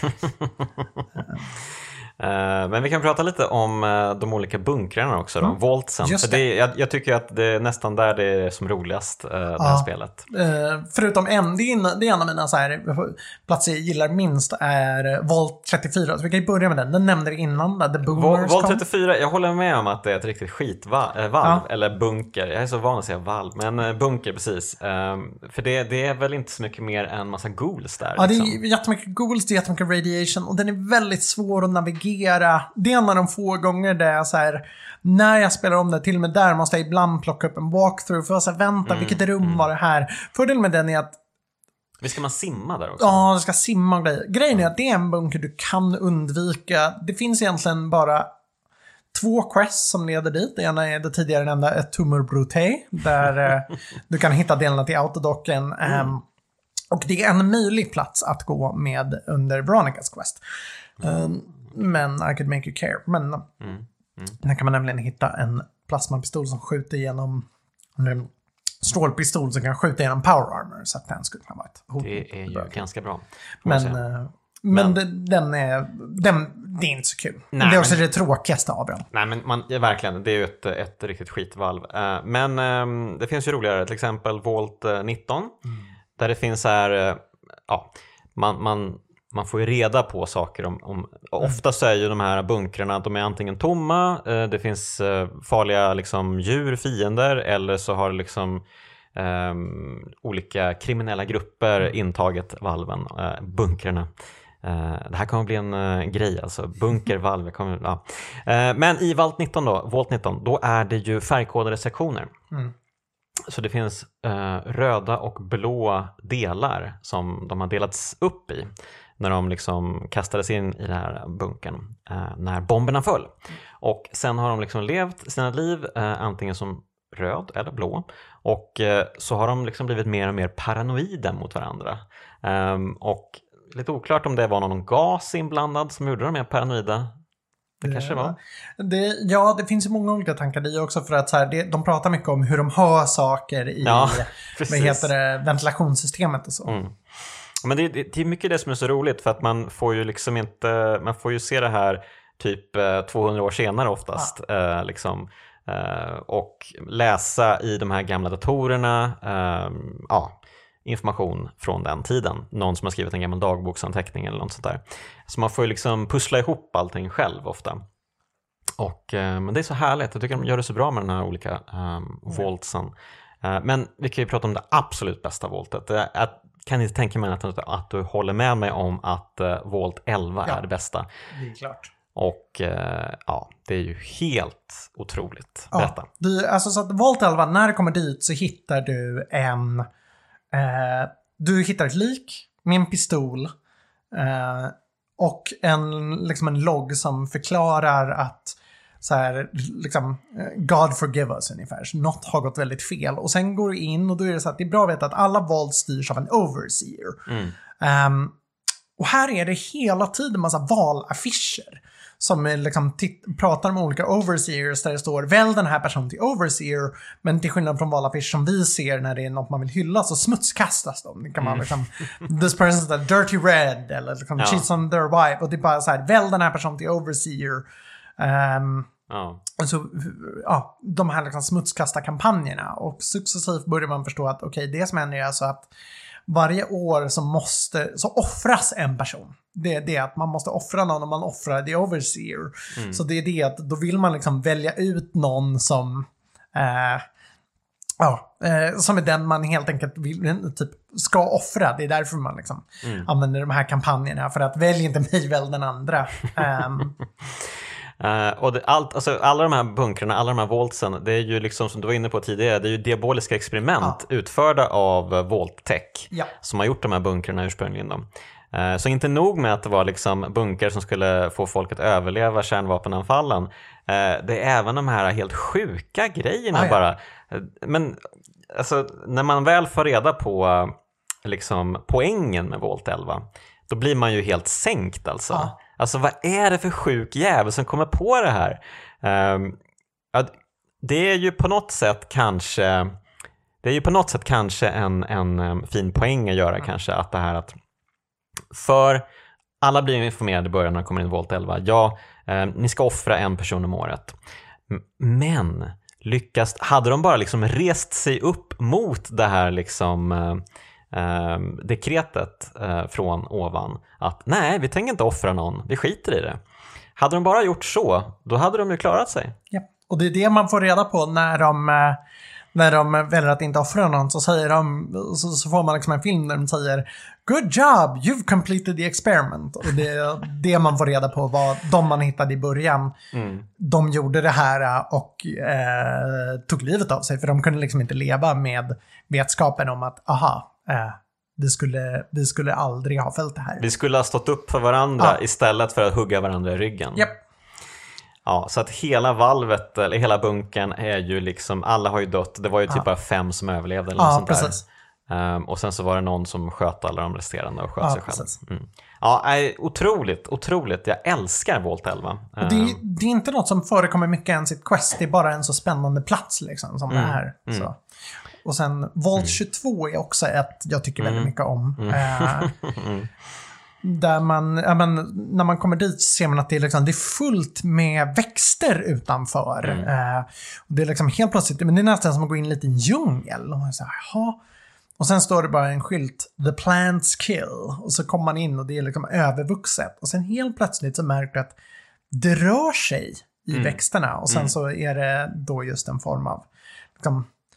Uh, men vi kan prata lite om uh, de olika bunkrarna också då, mm. Voltsen. Just för det, jag, jag tycker att det är nästan där det är som roligast, uh, det här spelet. Uh, förutom en, det är en, det är en av mina så här, platser jag gillar minst är Volt trettiofyra. Så vi kan ju börja med den, den nämnde vi innan. Där The Boomers Volt trettiofyra, jag håller med om att det är ett riktigt skitvalv, äh, ja. Eller bunker. Jag är så van att säga valv, men uh, bunker precis. Um, för det, det är väl inte så mycket mer än massa ghouls där. Ja, liksom. det är jättemycket ghouls, det är jättemycket radiation och den är väldigt svår att navigera. Det är en av de få gånger där jag så här, när jag spelar om det, till och med där måste jag ibland plocka upp en walkthrough för att så här, vänta, mm, vilket rum mm. var det här? Fördelen med den är att visst ska man simma där också? Ja, du ska simma och grejer. Grejen är att det är en bunker du kan undvika. Det finns egentligen bara två quests som leder dit. Det ena är det tidigare nämnda ett Tumor Brute, där eh, du kan hitta delarna till autodocken. Mm. Um, och det är en möjlig plats att gå med under Veronicas quest. Um, men I could make you care. Men mm. Mm. där kan man nämligen hitta en plasmapistol som skjuter genom en strålpistol som kan skjuta genom power armor, så att den skulle kunna vara ett hot. Det är ju bra. Ganska bra. Men, uh, men, men det, den är den, det är inte så kul. Nej, det är också men, det tråkigaste av den. Nej, men man, ja, verkligen, det är ju ett, ett riktigt skitvalv. Uh, men um, det finns ju roligare, till exempel Volt nitton. Mm. Där det finns här, uh, ja, man... man Man får ju reda på saker om, om ofta så är ju de här bunkrarna, de är antingen tomma, eh, det finns eh, farliga liksom djur, fiender, eller så har liksom eh, olika kriminella grupper intagit valven, eh, bunkrarna. Eh, det här kommer bli en eh, grej, alltså bunkervalv. Kommer, ja. eh, men i Volt nitton då, Volt nitton, då är det ju färgkodade sektioner. Mm. Så det finns eh, röda och blå delar som de har delats upp i när de liksom kastades in i den här bunkern eh, när bomberna föll. Och sen har de liksom levt sina liv eh, antingen som röd eller blå. Och eh, så har de liksom blivit mer och mer paranoida mot varandra. Um, och lite oklart om det var någon gas inblandad som gjorde dem mer paranoida. Det, det kanske var. Det, ja, det finns ju många olika tankar i också, för att så här, det, de pratar mycket om hur de hör saker i ja, vad heter det, ventilationssystemet och så. Mm. Men det, det, det är mycket det som är så roligt, för att man får ju liksom inte, man får ju se det här typ tvåhundra år senare oftast, ja. eh, liksom, eh, och läsa i de här gamla datorerna, eh, ja, information från den tiden. Någon som har skrivit en gammal dagboksanteckning eller något sånt där. Så man får ju liksom pussla ihop allting själv ofta. Och, eh, men det är så härligt. Jag tycker de gör det så bra med den här olika eh, voltsen. Eh, men vi kan ju prata om det absolut bästa voltet. Jag kan inte tänka mig att, att du håller med mig om att eh, Volt elva ja, är det bästa. Det är klart. Och eh, ja, det är ju helt otroligt. Berätta. Ja, du, alltså så att Volt elva, när du kommer dit så hittar du en eh, du hittar ett lik med en pistol eh, och en, liksom en logg som förklarar att så här, liksom, God forgive us ungefär. Så något har gått väldigt fel. Och sen går du in och då är det så att det är bra att veta att alla Volt styrs av en overseer. Mm. Um, och här är det hela tiden en massa valaffischer som liksom pratar med olika overseers där det står välj den här personen till overseer, men till skillnad från valaffischer som vi ser när det är något man vill hylla så smutskastas de. Det kan man liksom, this person's a dirty red eller liksom, ja. She's on their wife, och det är bara så här, välj den här personen till overseer. Um, ja. Och så, ja, de här liksom smutskasta-kampanjerna, och successivt börjar man förstå att okej, okay, det som händer är alltså att varje år så måste så offras en person. Det är det att man måste offra någon, och man offrar the overseer. Mm. Så det är det att då vill man liksom välja ut någon som eh, ja, eh, som är den man helt enkelt vill, typ, ska offra. Det är därför man liksom mm. använder de här kampanjerna, för att välj inte mig, välj den andra. um, Uh, och det, allt, alltså, alla de här bunkrarna, alla de här voltsen, det är ju liksom som du var inne på tidigare, det är ju diaboliska experiment ja. utförda av uh, Volttech ja. som har gjort de här bunkrarna ursprungligen då. Uh, så inte nog med att det var liksom bunker som skulle få folk att överleva kärnvapenanfallen. Eh, det är även de här helt sjuka grejerna ah, ja. bara. Men alltså, när man väl får reda på liksom, poängen med Vault elva, då blir man ju helt sänkt alltså. Ah. Alltså vad är det för sjuk jävel som kommer på det här? Um, ja, det är ju på något sätt kanske det är ju på något sätt kanske en, en um, fin poäng att göra mm. kanske att det här att för alla blir informerade i början när de kommer in i Vault elva. Ja, eh, ni ska offra en person om året. M- men lyckas, hade de bara liksom rest sig upp mot det här liksom eh, eh, dekretet eh, från ovan att nej, vi tänker inte offra någon, vi skiter i det. Hade de bara gjort så, då hade de ju klarat sig. Ja, och det är det man får reda på när de eh... när de väljer att inte offra någon, så säger de, så, så får man liksom en film där de säger good job, you've completed the experiment. Och det är det man får reda på vad de man hittade i början mm. de gjorde det här och eh, tog livet av sig, för de kunde liksom inte leva med vetskapen om att aha, eh, vi skulle, vi skulle aldrig ha följt det här. Vi skulle ha stått upp för varandra ja. istället för att hugga varandra i ryggen. Japp. Ja, så att hela valvet, eller hela bunkern är ju liksom, alla har ju dött. Det var ju typ ja. bara fem som överlevde eller ja, något sånt precis. där. Um, och sen så var det någon som sköt alla de resterande och sköt ja, sig själv. Mm. Ja, är otroligt, otroligt. Jag älskar Vault elva. Och det, um, det är inte något som förekommer mycket än sitt quest. Det är bara en så spännande plats liksom som mm, det här. Mm. Så. Och sen Vault mm. tjugotvå är också ett jag tycker väldigt mm. mycket om. Mm. Uh, mm. Där man, ja, men, när man kommer dit så ser man att det är, liksom, det är fullt med växter utanför. Mm. Eh, det är liksom helt plötsligt, men det är nästan som att gå in lite i en djungel. Och, man så här, Jaha. Och sen står det bara en skylt, the plants kill. Och så kommer man in och det är liksom övervuxet. Och sen helt plötsligt så märker du att det rör sig i mm. växterna. Och sen mm. så är det då just en form av liksom,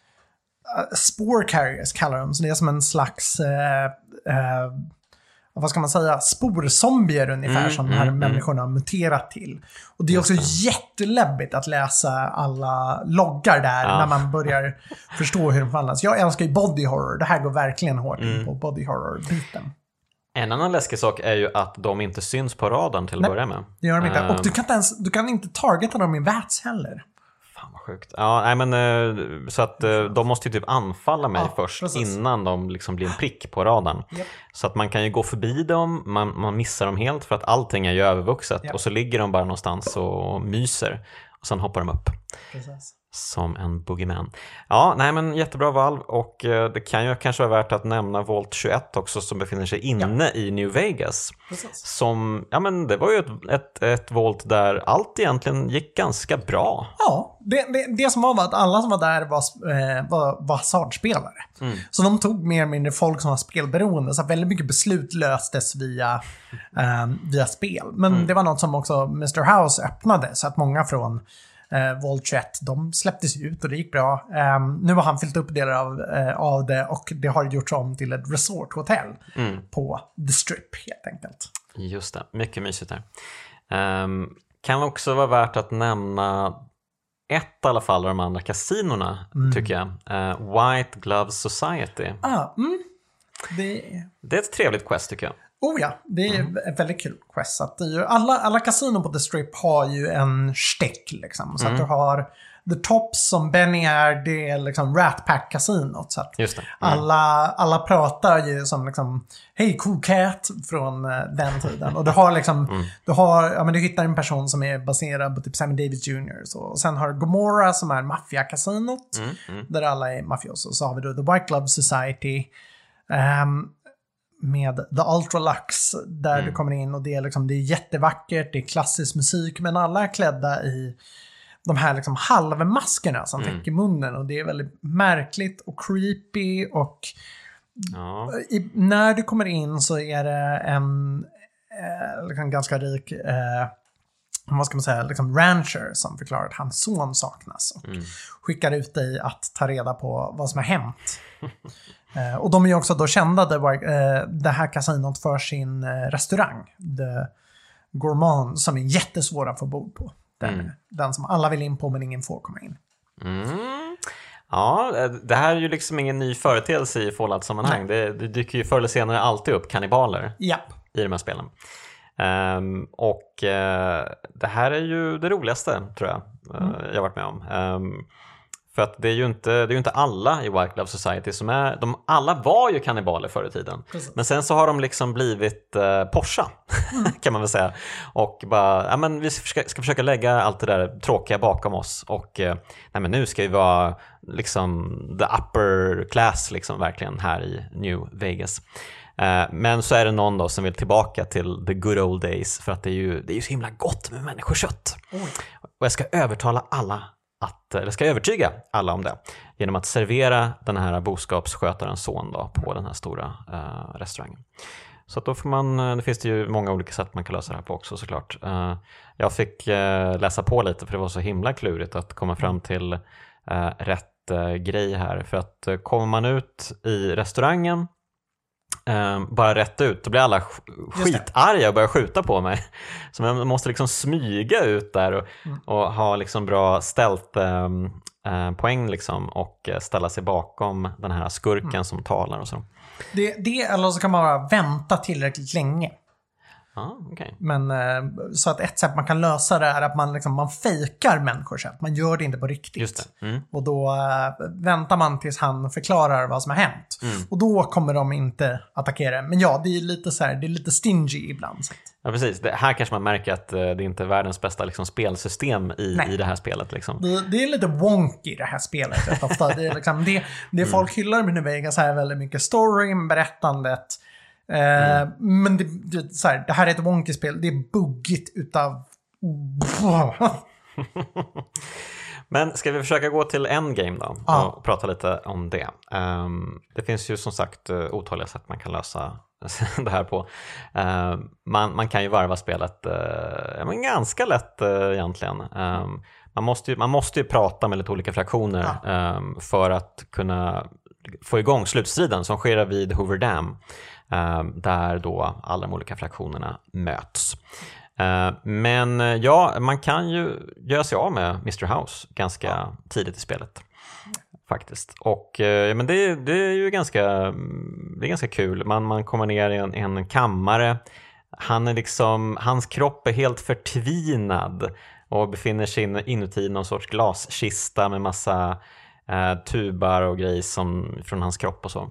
uh, spore carriers kallar de. Så det är som en slags... Uh, uh, vad ska man säga, sporzombier ungefär mm, som de här mm, människorna har muterat till. Och det är också jätteläbbigt att läsa alla loggar där ja. när man börjar förstå hur de förvandlas. Jag älskar ju body horror. Det här går verkligen hårt in mm. på body horror-biten. En annan läskig sak är ju att de inte syns på radarn till att Nej, börja med. Det gör de inte. Uh, och du kan inte ens, du kan inte targeta dem i vats heller. Fan vad sjukt. Ja, nej men så att de måste ju typ anfalla mig ja, först precis. innan de liksom blir en prick på radarn. Yep. Så att man kan ju gå förbi dem, man, man missar dem helt för att allting är ju övervuxet. Yep. Och så ligger de bara någonstans och myser. Och sen hoppar de upp. Precis. Som en boogeyman. Ja, nej men jättebra val. Och det kan ju kanske vara värt att nämna Vault tjugoett också, som befinner sig inne ja. i New Vegas. Precis. Som, ja men det var ju ett, ett, ett Vault där allt egentligen gick ganska bra. Ja, det, det, det som var var att alla som var där var, eh, var, var hasardspelare. Mm. Så de tog mer eller mindre folk som var spelberoende. Så väldigt mycket beslut löstes via, eh, via spel. Men mm. det var något som också mister House öppnade. Så att många från Uh, Vault tjugoett, de släpptes ut och det gick bra. Um, nu har han fyllt upp delar av, uh, av det och det har gjorts om till ett resorthotell mm. på The Strip helt enkelt. Just det, mycket mysigt här. Um, kan också vara värt att nämna ett i alla fall av de andra kasinorna mm. tycker jag. Uh, White Glove Society. Ah, mm. det... det är ett trevligt quest tycker jag. Oh ja, det är mm. ett väldigt kul quest. Att det är ju, alla, alla kasinon på The Strip har ju en stäck liksom. Så mm. att du har The Tops som Benny är, det är liksom Rat Pack-kasinot. Så att Just det. Mm. alla, alla pratar ju som liksom, hej cool cat från uh, den tiden. Och du har liksom, mm. du har, ja men du hittar en person som är baserad på typ Sammy Davis junior Så. Och sen har du Gomorrah som är maffia-kasinot. Mm. Mm. Där alla är mafiosos. Och så har vi då The White Glove Society. Um, med The Ultralux där mm. du kommer in och det är, liksom, det är jättevackert, det är klassisk musik, men alla är klädda i de här liksom halvmaskerna som mm. täcker munnen och det är väldigt märkligt och creepy och ja. i, när du kommer in så är det en eh, liksom ganska rik eh, vad ska man säga, liksom rancher som förklarar att hans son saknas och mm. skickar ut dig att ta reda på vad som har hänt. Uh, och de är ju också då kända det, var, uh, det här kasinot för sin uh, restaurang The Gourmand som är jättesvår att få bord på. Den, mm. den som alla vill in på men ingen får komma in. Mm. Ja, det här är ju liksom ingen ny företeelse i Fallout-sammanhang. Det, det dyker ju förr eller senare alltid upp kannibaler Japp. i de här spelen. Um, och uh, det här är ju det roligaste, tror jag, uh, mm. jag har varit med om. Um, för att det är ju inte, det är ju inte alla i White Glove Society som är, de, alla var ju kannibaler förr i tiden. Precis. Men sen så har de liksom blivit uh, Porsche, mm. kan man väl säga. Och bara, ja men vi ska, ska försöka lägga allt det där tråkiga bakom oss. Och uh, nej men nu ska vi vara liksom the upper class liksom verkligen här i New Vegas. Men så är det någon då som vill tillbaka till the good old days, för att det är ju, det är ju så himla gott med människokött. Mm. Och jag ska övertala alla att, eller ska övertyga alla om det genom att servera den här boskapsskötarens son då på den här stora uh, restaurangen. Så att då får man, det finns det ju många olika sätt man kan lösa det här på också såklart. Uh, jag fick uh, läsa på lite för det var så himla klurigt att komma fram till uh, rätt uh, grej här. För att uh, kommer man ut i restaurangen Um, bara rätt ut, då blir alla skitarga och börjar skjuta på mig. Så man måste liksom smyga ut där och, mm. och ha liksom bra stealth um, uh, poäng liksom, och ställa sig bakom den här skurken mm. som talar och så. Det, det, eller så kan man bara vänta tillräckligt länge. Ah, okay. Men så att ett sätt man kan lösa det är att man, liksom, man fejkar människor så att man gör det inte på riktigt. Just det. Mm. Och då äh, väntar man tills han förklarar vad som har hänt. Mm. Och då kommer de inte attackera. Men ja, det är lite så här, det är lite stingy ibland. Så. Ja, precis. Det, här kanske man märker att det är inte är världens bästa liksom, spelsystem i, i det här spelet. Liksom. Det, det är lite wonky det här spelet rätt ofta. Det är liksom, det, det folk mm. hyllar med New Vegas är väldigt mycket story, berättandet. Mm. Uh, men det, det, så här, det här är ett wonky-spel. Det är buggigt utav... Men ska vi försöka gå till Endgame då ah. och prata lite om det. Um, det finns ju som sagt otaliga sätt man kan lösa det här på. Uh, man, man kan ju varva spelet uh, men ganska lätt uh, egentligen. Um, man, måste ju, man måste ju prata med lite olika fraktioner ah. um, för att kunna få igång slutstriden som sker vid Hoover Dam. Uh, där då alla de olika fraktionerna möts. Uh, men uh, ja, man kan ju göra sig av med mister House ganska ja. tidigt i spelet. Faktiskt. Och uh, men det, det är ju ganska, det är ganska kul. Man, man kommer ner i en, en kammare. Han är liksom, hans kropp är helt förtvinad och befinner sig in, inuti någon sorts glaskista med massa uh, tubar och grejer som, från hans kropp och så.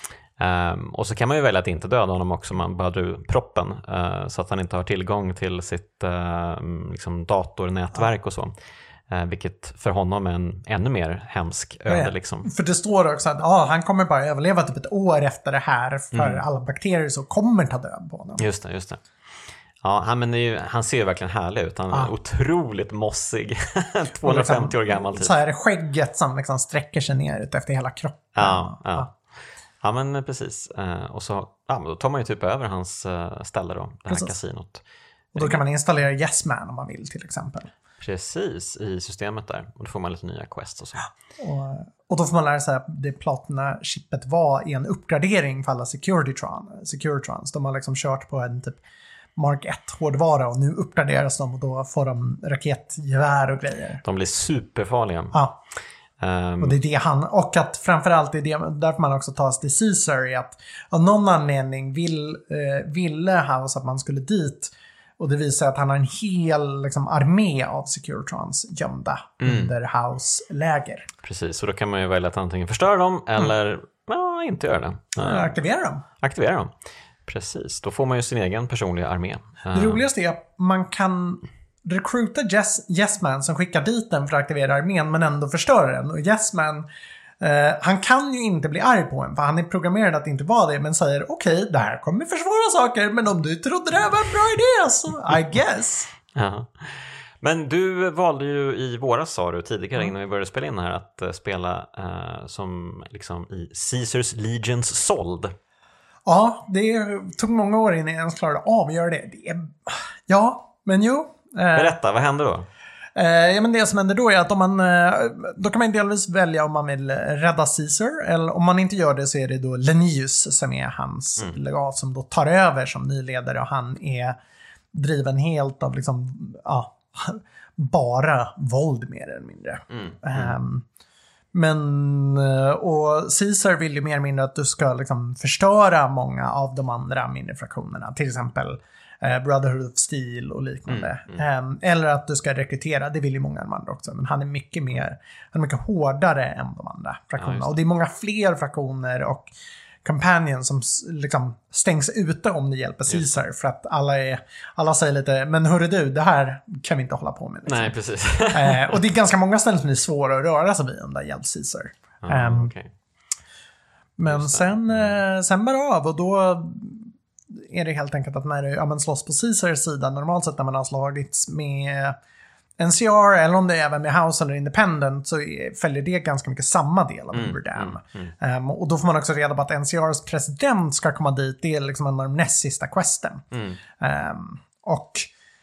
Um, och så kan man ju välja att inte döda honom också. Man bara drar ur proppen uh, så att han inte har tillgång till sitt uh, liksom datornätverk och så. Uh, vilket för honom är en ännu mer hemsk öde. Ja, liksom. För det står också att ah, han kommer bara överleva typ ett år efter det här. För mm. alla bakterier så kommer ta död på honom. Just det, just det. Ja, han, men det är ju, han ser ju verkligen härlig ut. Han är ah. otroligt mossig. tvåhundrafemtio liksom, år gammal. Typ. Så här är skägget som liksom sträcker sig ner ut efter hela kroppen. Ja, ja. ja. Ja, men precis. Uh, och så ja, men då tar man ju typ över hans uh, ställe då, det här precis. kasinot. Och då kan man installera Yes Man om man vill till exempel. Precis, i systemet där. Och då får man lite nya quests och så. Och, och då får man lära sig att det Platina-chippet var i en uppgradering för alla Securitytron, Securitrons. De har liksom kört på en typ Mark ett-hårdvara och nu uppgraderas de och då får de raketgevär och grejer. De blir superfarliga. Ja. Um, och det är det han, och att framförallt är det därför man också tas till Caesar är att av någon anledning vill, eh, ville House att man skulle dit och det visar att han har en hel liksom, armé av Securitrons gömda mm. under House-läger. Precis, och då kan man ju välja att antingen förstöra dem eller mm. ja, inte göra det. Uh, aktivera dem. Aktivera dem. Precis, då får man ju sin egen personliga armé. Det uh. roligaste är att man kan recruita Yes, yes Man som skickar dit den för att aktivera armén men ändå förstöra den. Och Yes Man, eh, han kan ju inte bli arg på en för han är programmerad att inte vara det men säger okej, okay, det här kommer försvåra saker men om du trodde det här var en bra idé så I guess. Ja. Men du valde ju i våras, sa du tidigare mm. innan vi började spela in här, att uh, spela uh, som liksom i Caesars Legions Sold. Ja, det tog många år innan jag ens klarade av att göra det. det är... Ja, men jo. Berätta, vad händer då? Eh, ja, men det som händer då är att om man, eh, då kan man delvis välja om man vill rädda Caesar, eller om man inte gör det så är det då Linnaeus som är hans mm. legat som då tar över som ny ledare och han är driven helt av liksom, ja, bara våld mer eller mindre. Mm. Mm. Um, men, och Caesar vill ju mer eller mindre att du ska liksom förstöra många av de andra mindre fraktionerna, till exempel eh, Brotherhood of Steel och liknande. Mm, mm. Eh, eller att du ska rekrytera, det vill ju många av de andra också. Men han är mycket mer, han är mycket hårdare än de andra fraktionerna. Ja, och det är många fler fraktioner och companion som liksom stängs ute om det hjälper Caesar. För att alla, är, alla säger lite, men hörru du, det här kan vi inte hålla på med. Liksom. Nej, precis. eh, och det är ganska många ställen som är svåra att röra sig vid om det hjälper Caesar. Ah, um, okay. Men sen, eh, sen bara av och då är det helt enkelt att när du ja, men slåss på Caesars sida, normalt sett när man har slagits med N C R eller om det är även med House eller Independent så är, följer det ganska mycket samma del av Hoover Dam. Mm, mm. Um, och då får man också reda på att N C R:s president ska komma dit. Det är liksom en av de näst sista questen. Mm. Um, och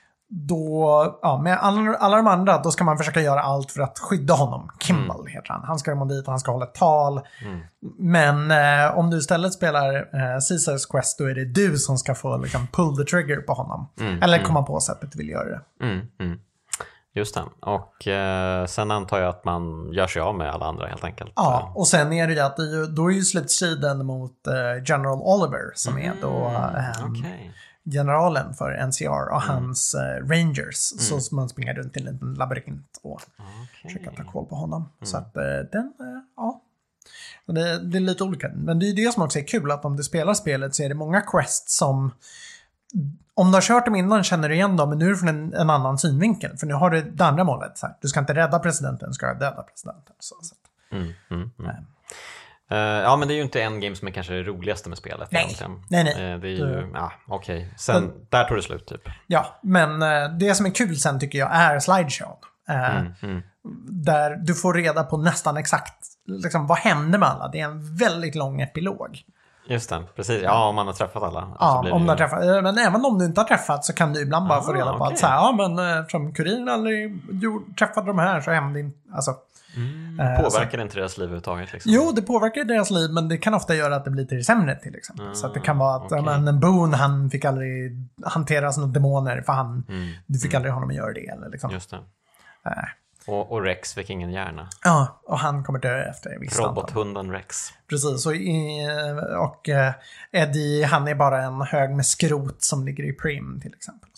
då, ja, med alla, alla de andra, då ska man försöka göra allt för att skydda honom. Kimball mm. heter han. Han ska komma dit och han ska hålla ett tal. Mm. Men eh, om du istället spelar eh, Caesars Quest, då är det du som ska få liksom, pull the trigger på honom. Mm. Eller komma på sättet du vill göra det. Mm. Mm. Just det. Och eh, sen antar jag att man gör sig av med alla andra helt enkelt. Ja, och sen är det ju att det är, då är ju slutstriden mot eh, General Oliver som mm. är då eh, okay. generalen för N C R och mm. hans eh, Rangers. Mm. Så man springer runt i en liten labyrint och okay. försöker ta koll på honom. Mm. Så att eh, den, eh, ja. Det, det är lite olika. Men det är det som också är kul att om du spelar spelet så är det många quests som om du har kört dem innan känner du igen dem, men nu är det från en, en annan synvinkel. För nu har du det andra målet. Så här. Du ska inte rädda presidenten, du ska döda presidenten. Så, så. Mm, mm, mm. Uh, ja, men det är ju inte en game som är kanske det roligaste med spelet. Nej, egentligen. nej, nej. Uh, det är ju, ja, okej. Okay. Sen, men, där tog det slut typ. Ja, men uh, det som är kul sen tycker jag är slideshow. Uh, mm, mm. Där du får reda på nästan exakt liksom, vad hände med alla. Det är en väldigt lång epilog. Just det, precis. Ja, om man har träffat alla. Ja, blir om det du har träffat. Men även om du inte har träffat så kan du ibland bara ah, få reda på okay. att så här, ja, men som kuriren aldrig gjorde, träffade de här så hände inte, alltså. Mm, eh, påverkar det inte deras liv överhuvudtaget? Liksom? Jo, det påverkar deras liv, men det kan ofta göra att det blir till sämre till exempel. Mm, så att det kan vara att okay. men, en Boone, han fick aldrig hantera sina demoner för han, mm, du fick mm. aldrig honom att göra det. Eller, liksom. Just det. Eh. Och, och Rex fick ingen hjärna. Ja, och han kommer dö efter visst robothunden Rex. Precis, och, och uh, Eddie, han är bara en hög med skrot som ligger i Prim till exempel.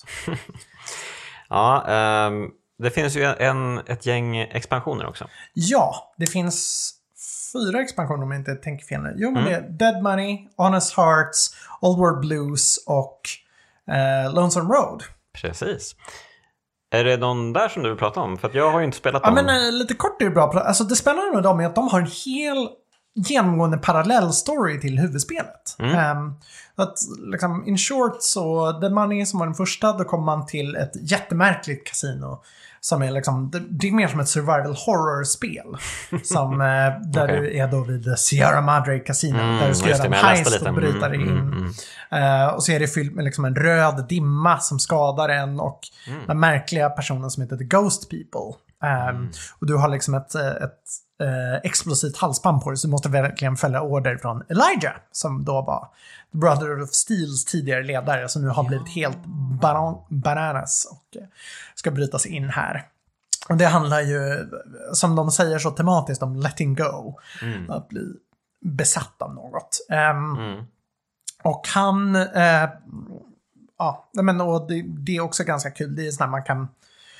Ja, um, det finns ju en, ett gäng expansioner också. Ja, det finns fyra expansioner om jag inte tänker fel nu. Jo, men mm. det är Dead Money, Honest Hearts, Old World Blues och uh, Lonesome Road. Precis. Är det någon där som du vill prata om? För att jag har ju inte spelat ja, dem. Men äh, lite kort är det bra. Alltså det spännande med dem är att de har en hel genomgående parallell story till huvudspelet. Mm. Um, att liksom, in short så The Money som var den första, då kommer man till ett jättemärkligt kasino som är liksom, det, det är mer som ett survival horror-spel som, eh, där okay. du är då vid Sierra Madre Casino mm, där du ska göra en heist och bryta dig in. Mm, mm, mm. Uh, och så är det fyllt med liksom en röd dimma som skadar en och mm. den märkliga personen som heter The Ghost People. Um, mm. Och du har liksom ett, ett uh, explosivt halsband på dig så du måste verkligen följa order från Elijah som då var The Brotherhood of Steels tidigare ledare som nu har ja. blivit helt baran- bananas och uh, ska brytas in här. Och det handlar ju, som de säger så tematiskt, om letting go. Mm. Att bli besatt av något. Um, mm. Och han, uh, ja, men och det, det är också ganska kul. Det är så när man kan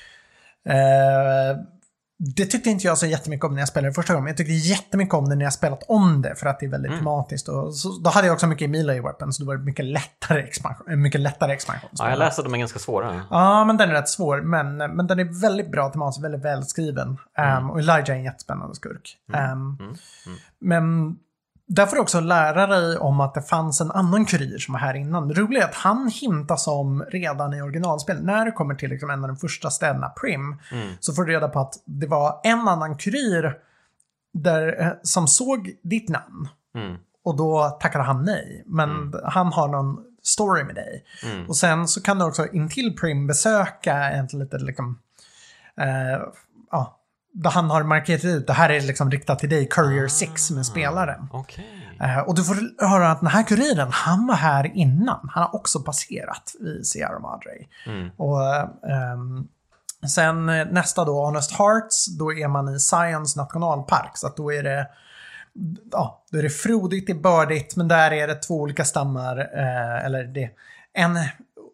Uh, det tyckte inte jag så jättemycket om när jag spelade första gången. Jag tyckte jättemycket om det när jag spelat om det för att det är väldigt mm. tematiskt. Och så, då hade jag också mycket melee weapons så då var det mycket lättare expansion. Mycket lättare expansion. Ja, jag läste att de är ganska svåra. Ja, men den är rätt svår. Men, men den är väldigt bra tematiskt, väldigt välskriven. Mm. Um, och Elijah är en jättespännande skurk. Mm. Um, mm. Mm. Men därför också lära dig om att det fanns en annan kurir som var här innan. Det roliga är att han hintas om redan i originalspel. När du kommer till liksom en av de första städerna, Prim, mm. så får du reda på att det var en annan kurir där, som såg ditt namn. Mm. Och då tackade han nej. Men mm. han har någon story med dig. Mm. Och sen så kan du också intill Prim besöka en lite liksom... Uh, ja... Där han har markerat ut, det här är liksom riktat till dig, Courier sex som är spelaren. Okay. Uh, och du får höra att den här kuriren, han var här innan. Han har också passerat i Sierra Madre. Mm. Och um, sen nästa då, Honest Hearts, då är man i Zions nationalpark. Så att då är det, ja, då är det frodigt, det är bördigt, men där är det två olika stammar, uh, eller det en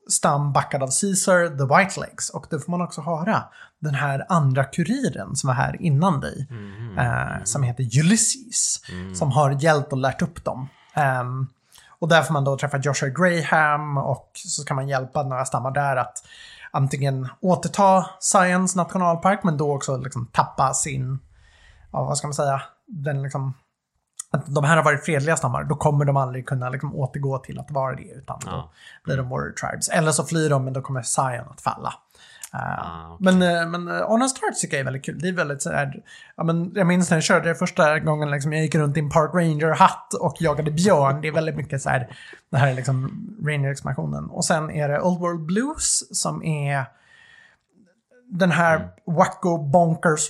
stam backad av Caesar, the Whitelegs. Och då får man också höra den här andra kuriren som var här innan dig. Mm. Eh, som heter Ulysses. Mm. Som har hjälpt och lärt upp dem. Um, och där får man då träffa Joshua Graham. Och så kan man hjälpa några stammar där att antingen återta Science nationalpark. Men då också liksom tappa sin, ja, vad ska man säga, den liksom... Att de här har varit fredliga stammar, då kommer de aldrig kunna liksom återgå till att vara det, utan ja. då blir de warrior tribes. Eller så flyr de, men då kommer Zion att falla. Uh, ah, okay. Men, men uh, Honest Hearts tycker jag är väldigt kul. Det är väldigt så här, ja, men jag minns när jag körde det första gången liksom, jag gick runt i en Park Ranger-hatt och jagade björn. Det är väldigt mycket så här, det här är liksom Ranger-expansionen. Och sen är det Old World Blues som är den här mm. wacko bonkers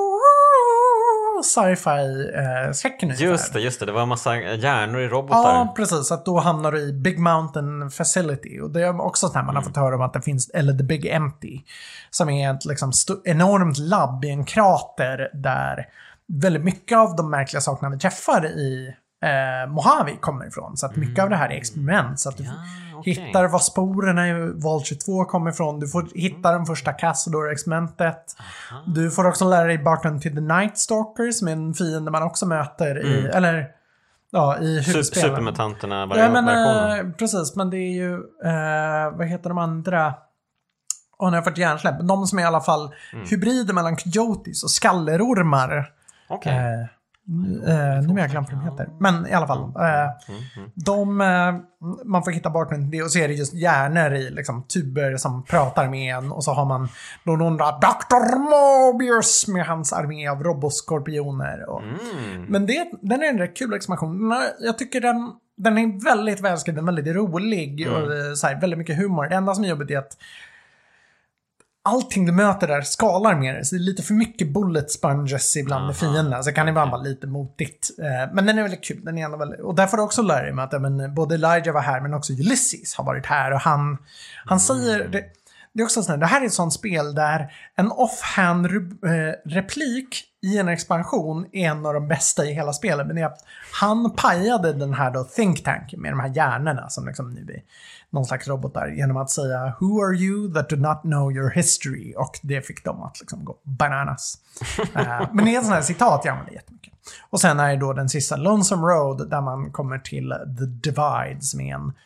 sci-fi eh, skräcken. Just det, just det. Det var en massa hjärnor i robotar. Ja, precis. Att då hamnar du i Big Mountain Facility. Och det är också så här man har fått höra om att det finns, eller The Big Empty, som är ett liksom st- enormt labb i en krater där väldigt mycket av de märkliga sakerna vi träffar i eh, Mojave kommer ifrån. Så att mycket mm. av det här är experiment. Så att du ja, okay. hittar var sporerna i Vault tjugotvå kommer ifrån. Du får hitta den första Cassador-experimentet. Aha. Du får också lära dig bakgrunden till The Night Stalker, som är en fiende man också möter mm. i, eller ja, i huvudspelen. Supermutanterna, ja, men, eh, precis, men det är ju eh, vad heter de andra? Och nu har jag fått hjärnsläpp. De som är i alla fall mm. hybrider mellan coyotes och skallerormar. Okej. Okay. Eh, Uh, nu är jag glömt vad de heter. Men i alla fall. Uh, mm, mm. De, uh, man får hitta bakgrunden till det. Och så är det just hjärnor i liksom, tuber som pratar med en. Och så har man då någon där doktor Mobius med hans armé av robotskorpioner. Och, mm. Men det, den är en rätt kul expansion. Jag tycker den, den är väldigt välskriven, väldigt rolig. Mm. Och så här, väldigt mycket humor. Det enda som är jobbigt är att allting du möter där skalar mer. Så det är lite för mycket bullet sponges ibland Aha. med fienderna. Så kan det ibland vara lite motigt. Men den är väldigt kul. Den är ändå väldigt... Och därför också lära mig att men, både Elijah var här men också Ulysses har varit här. Och han, han säger... Det, det är också sådär, det här är ett sånt spel där en offhand replik i en expansion är en av de bästa i hela spelet. Men det är att han pajade den här då think tank med de här hjärnorna som liksom nu är någon slags robotar genom att säga who are you that do not know your history, och det fick dem att liksom gå bananas. uh, men det är ett sånt här citat jag använder jättemycket. Och sen är det då den sista Lonesome Road där man kommer till The Divide som är en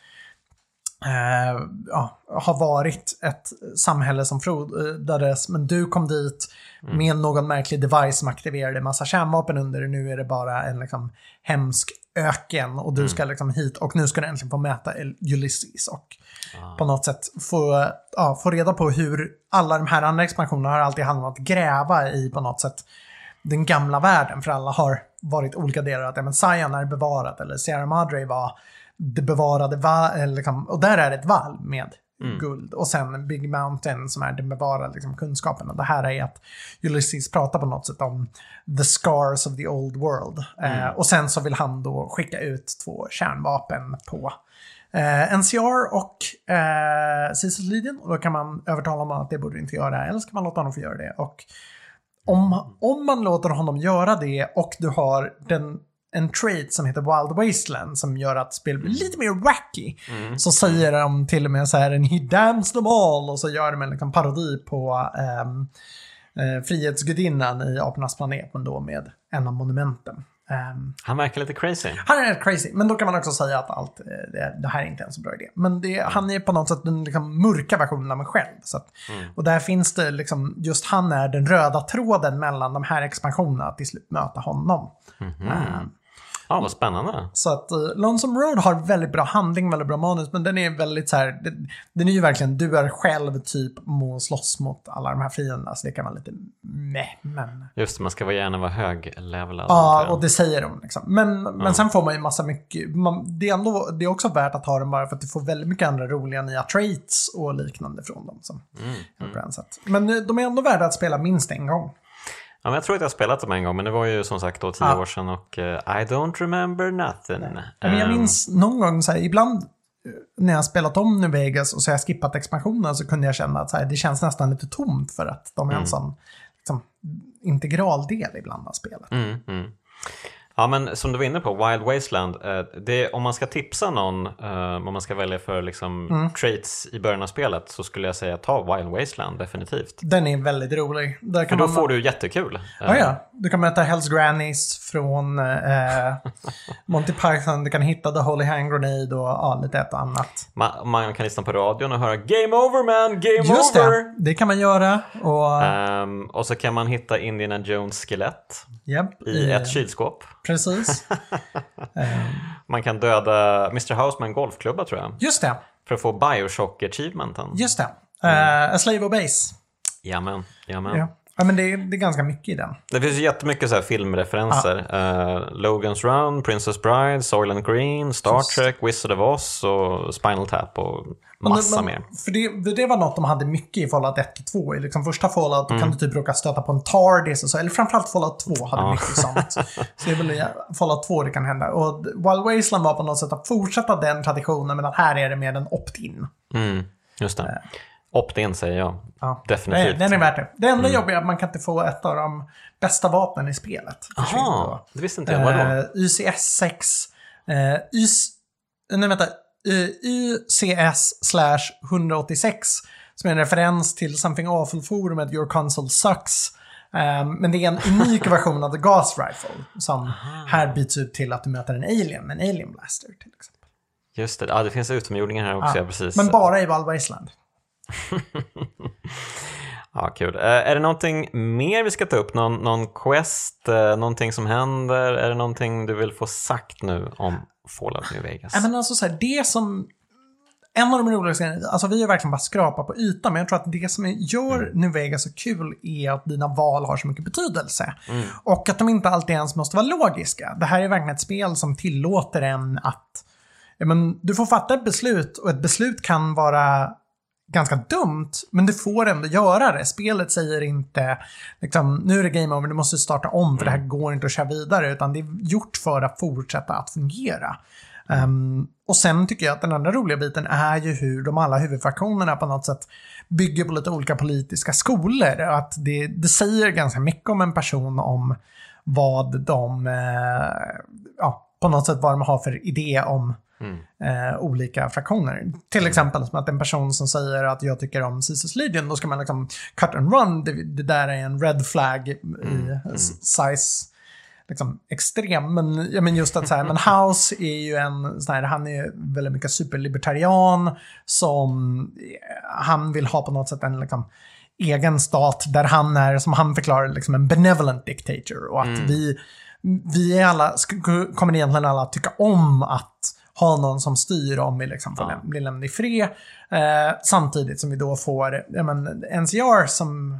Uh, ja, har varit ett samhälle som frodades, men du kom dit mm. med någon märklig device som aktiverade en massa kärnvapen under. Nu är det bara en liksom hemsk öken och du mm. ska liksom hit, och nu ska du äntligen få mäta Ulysses och ah. på något sätt få, ja, få reda på hur alla de här andra expansionerna har alltid handlat om att gräva i på något sätt den gamla världen, för alla har varit olika delar att ja, men Zion är bevarat, eller Sierra Madre var det bevarade valv, liksom, och där är det ett valv med mm. guld. Och sen Big Mountain som är den bevarade liksom, kunskapen. Och det här är att Ulysses pratar på något sätt om the scars of the old world. Mm. Eh, och sen så vill han då skicka ut två kärnvapen på eh, N C R och eh, Caesar's Legion. Och då kan man övertala honom att det borde inte göra, eller ska man låta honom få göra det. Och om, om man låter honom göra det och du har den en trait som heter Wild Wasteland som gör att spelet blir lite mer wacky. Mm. Så säger de till och med så här en he damns them all, och så gör de en liksom parodi på um, uh, Frihetsgudinnan i Apornas planet, men då med en av monumenten. Um, han verkar lite crazy. Han är rätt crazy, men då kan man också säga att allt det, det här är inte en så bra idé. Men det, mm. han är på något sätt den liksom mörka versionen av mig själv. Så att, mm. Och där finns det liksom, just han är den röda tråden mellan de här expansionerna att till slut möta honom. Mm-hmm. Um, Ja, vad spännande. Så att uh, Lonesome Road har väldigt bra handling, väldigt bra manus, men den är väldigt så här, den, den är ju verkligen, du är själv typ må slåss mot alla de här fienderna, så det kan vara lite meh, men... Just det, man ska gärna vara hög-levelad. Ja, och det säger de liksom. Men, mm. men sen får man ju massa mycket, man, det, är ändå, det är också värt att ha dem bara för att du får väldigt mycket andra roliga nya traits och liknande från dem. Som, mm. Mm. Men de är ändå värda att spela minst en gång. Ja, men jag tror att jag har spelat dem en gång, men det var ju som sagt då tio ja. år sedan och uh, I don't remember nothing. Um, men jag minns någon gång så här, ibland när jag har spelat om New Vegas och så har jag skippat expansionen, så kunde jag känna att så här, det känns nästan lite tomt för att de är mm. en sån liksom, integral del ibland av spelet. Mm, mm. Ja, men som du var inne på, Wild Wasteland, eh, det, om man ska tipsa någon, eh, om man ska välja för liksom, mm. traits i början av spelet, så skulle jag säga ta Wild Wasteland, definitivt. Den är väldigt rolig. Där kan för då man... får du jättekul. Ja, ja. Du kan möta Hell's Grannies från eh, Monty Python, du kan hitta The Holy Hand Grenade och ja, lite ett och annat. Man, man kan lyssna på radion och höra Game over man, game Just over! Det, det kan man göra. Och, um, och så kan man hitta Indiana Jones skelett yep, i, i ett kylskåp. Precis. um, man kan döda mister House med en golfklubba, tror jag. Just det. För att få Bioshock-achievementen. Just det. Uh, A Slave Obeys. Jamen, jamen. Ja. Ja, men det är, det är ganska mycket i den. Det finns ju jättemycket så här filmreferenser. Ja. Uh, Logan's Run, Princess Bride, Soylent Green, Star Just. Trek, Wizard of Oz och Spinal Tap och massa men, men, mer. För det, det var något de hade mycket i Fallout ett och två. I liksom första Fallout mm. kan du typ råka stöta på en TARDIS och så. Eller framförallt Fallout två hade ja. mycket sånt. Så det är väl Fallout två det kan hända. Och Wild Wasteland var på något sätt att fortsätta den traditionen, men här är det mer en opt-in. Mm, just det. Uh. Opt-in säger jag. Ja. Definitivt. Den är värt det. Det enda mm. jobbiga är att man kan inte få ett av de bästa vapnen i spelet. Jaha, det visste inte jag. Vadå? Uh, Y C S sex. Uh, Y... Nej, vänta. Uh, Y C S slash etthundraåttiosex. Som är en referens till Something Awful-forumet Your Console Sucks. Um, men det är en unik version av The Gas Rifle. Som Aha. här byts ut till att du möter en alien med en alien blaster till exempel. Just det. Ja, det finns utomjordingar här också. Ja. Ja, precis. Men bara i Wild Wasteland. Ja, kul. Uh, är det någonting mer vi ska ta upp? Någon, någon quest? Uh, någonting som händer? Är det någonting du vill få sagt nu om Fallout New Vegas? Ja, men alltså så här, det som... En av de roligaste grejerna, alltså vi är verkligen bara skrapa på ytan, men jag tror att det som gör mm. New Vegas så kul är att dina val har så mycket betydelse. Mm. Och att de inte alltid ens måste vara logiska. Det här är verkligen ett spel som tillåter en att... Ja, men du får fatta ett beslut, och ett beslut kan vara ganska dumt, men du får ändå göra det. Spelet säger inte liksom, nu är det game over, du måste starta om för mm. det här går inte att köra vidare, utan det är gjort för att fortsätta att fungera. Mm. Um, och sen tycker jag att den andra roliga biten är ju hur de alla huvudfraktionerna på något sätt bygger på lite olika politiska skolor. Att det, det säger ganska mycket om en person, om vad de eh, ja, på något sätt vad de har för idé om Mm. Eh, olika fraktioner. Till exempel som att en person som säger att jag tycker om Caesars Legion, då ska man liksom cut and run. Det, det där är en red flag i mm. Mm. size liksom extrem. Men, ja, men just att så här, men House är ju en sån här, han är väldigt mycket superlibertarian som han vill ha på något sätt en liksom egen stat där han är, som han förklarar, liksom en benevolent dictator, och att mm. vi vi är alla, kommer egentligen alla tycka om att ha någon som styr om vi liksom får ja. bli lämnade i fred. Eh, samtidigt som vi då får ja, men, N C R som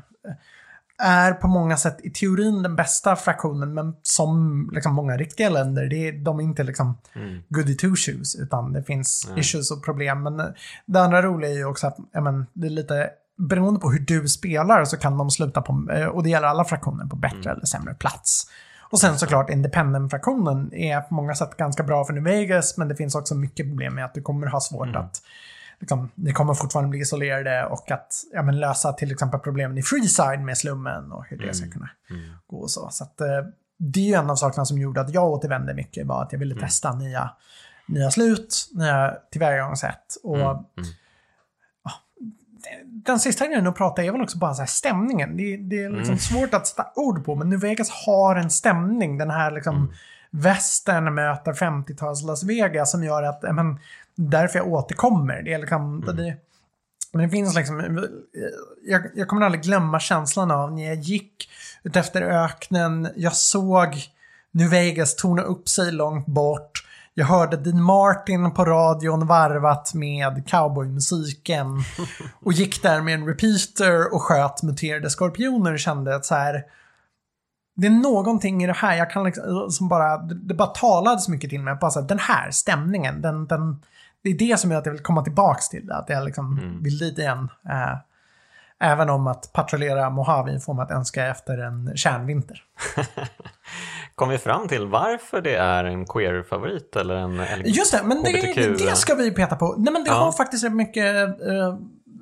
är på många sätt i teorin den bästa fraktionen, men som liksom många riktiga länder, det är, de är inte liksom mm. goody two shoes, utan det finns mm. issues och problem. Men det andra roliga är ju också att ja, men, det är lite beroende på hur du spelar, så kan de sluta på, och det gäller alla fraktioner, på bättre mm. eller sämre plats. Och sen såklart Independent-fraktionen är på många sätt ganska bra för New Vegas, men det finns också mycket problem med att du kommer ha svårt mm. att liksom, ni kommer fortfarande bli isolerade, och att ja, men, lösa till exempel problemen i Freeside med slummen och hur det mm. ska kunna mm. gå och så. Så att, eh, det är ju en av sakerna som gjorde att jag återvände mycket, var att jag ville mm. testa nya, nya slut, nya tillvägagångssätt. Och mm. Mm. Den sista grejen att prata är väl också bara så här stämningen. Det, det är liksom mm. svårt att sätta ord på, men New Vegas har en stämning. Den här liksom mm. västern möter femtio-tals Las Vegas, som gör att men, därför jag återkommer. Det är liksom mm. det, men det finns liksom jag, jag kommer aldrig glömma känslan av när jag gick ut efter öknen. Jag såg New Vegas torna upp sig långt bort. Jag hörde Dean Martin på radion varvat med cowboymusiken och gick där med en repeater och sköt muterade skorpioner, och kände att så här, det är någonting i det här jag kan liksom, som bara, det bara talade så mycket till mig, bara så här, den här stämningen, den, den, det är det som gör att jag vill komma tillbaks till det, att jag liksom mm. vill dit igen. Äh, även om att patrullera Mojave får man att önska efter en kärnvinter. Kom vi fram till varför det är en queer-favorit eller en L G B T Q? Just det, men det, det ska vi peta på. Nej, men det ja. har faktiskt mycket uh,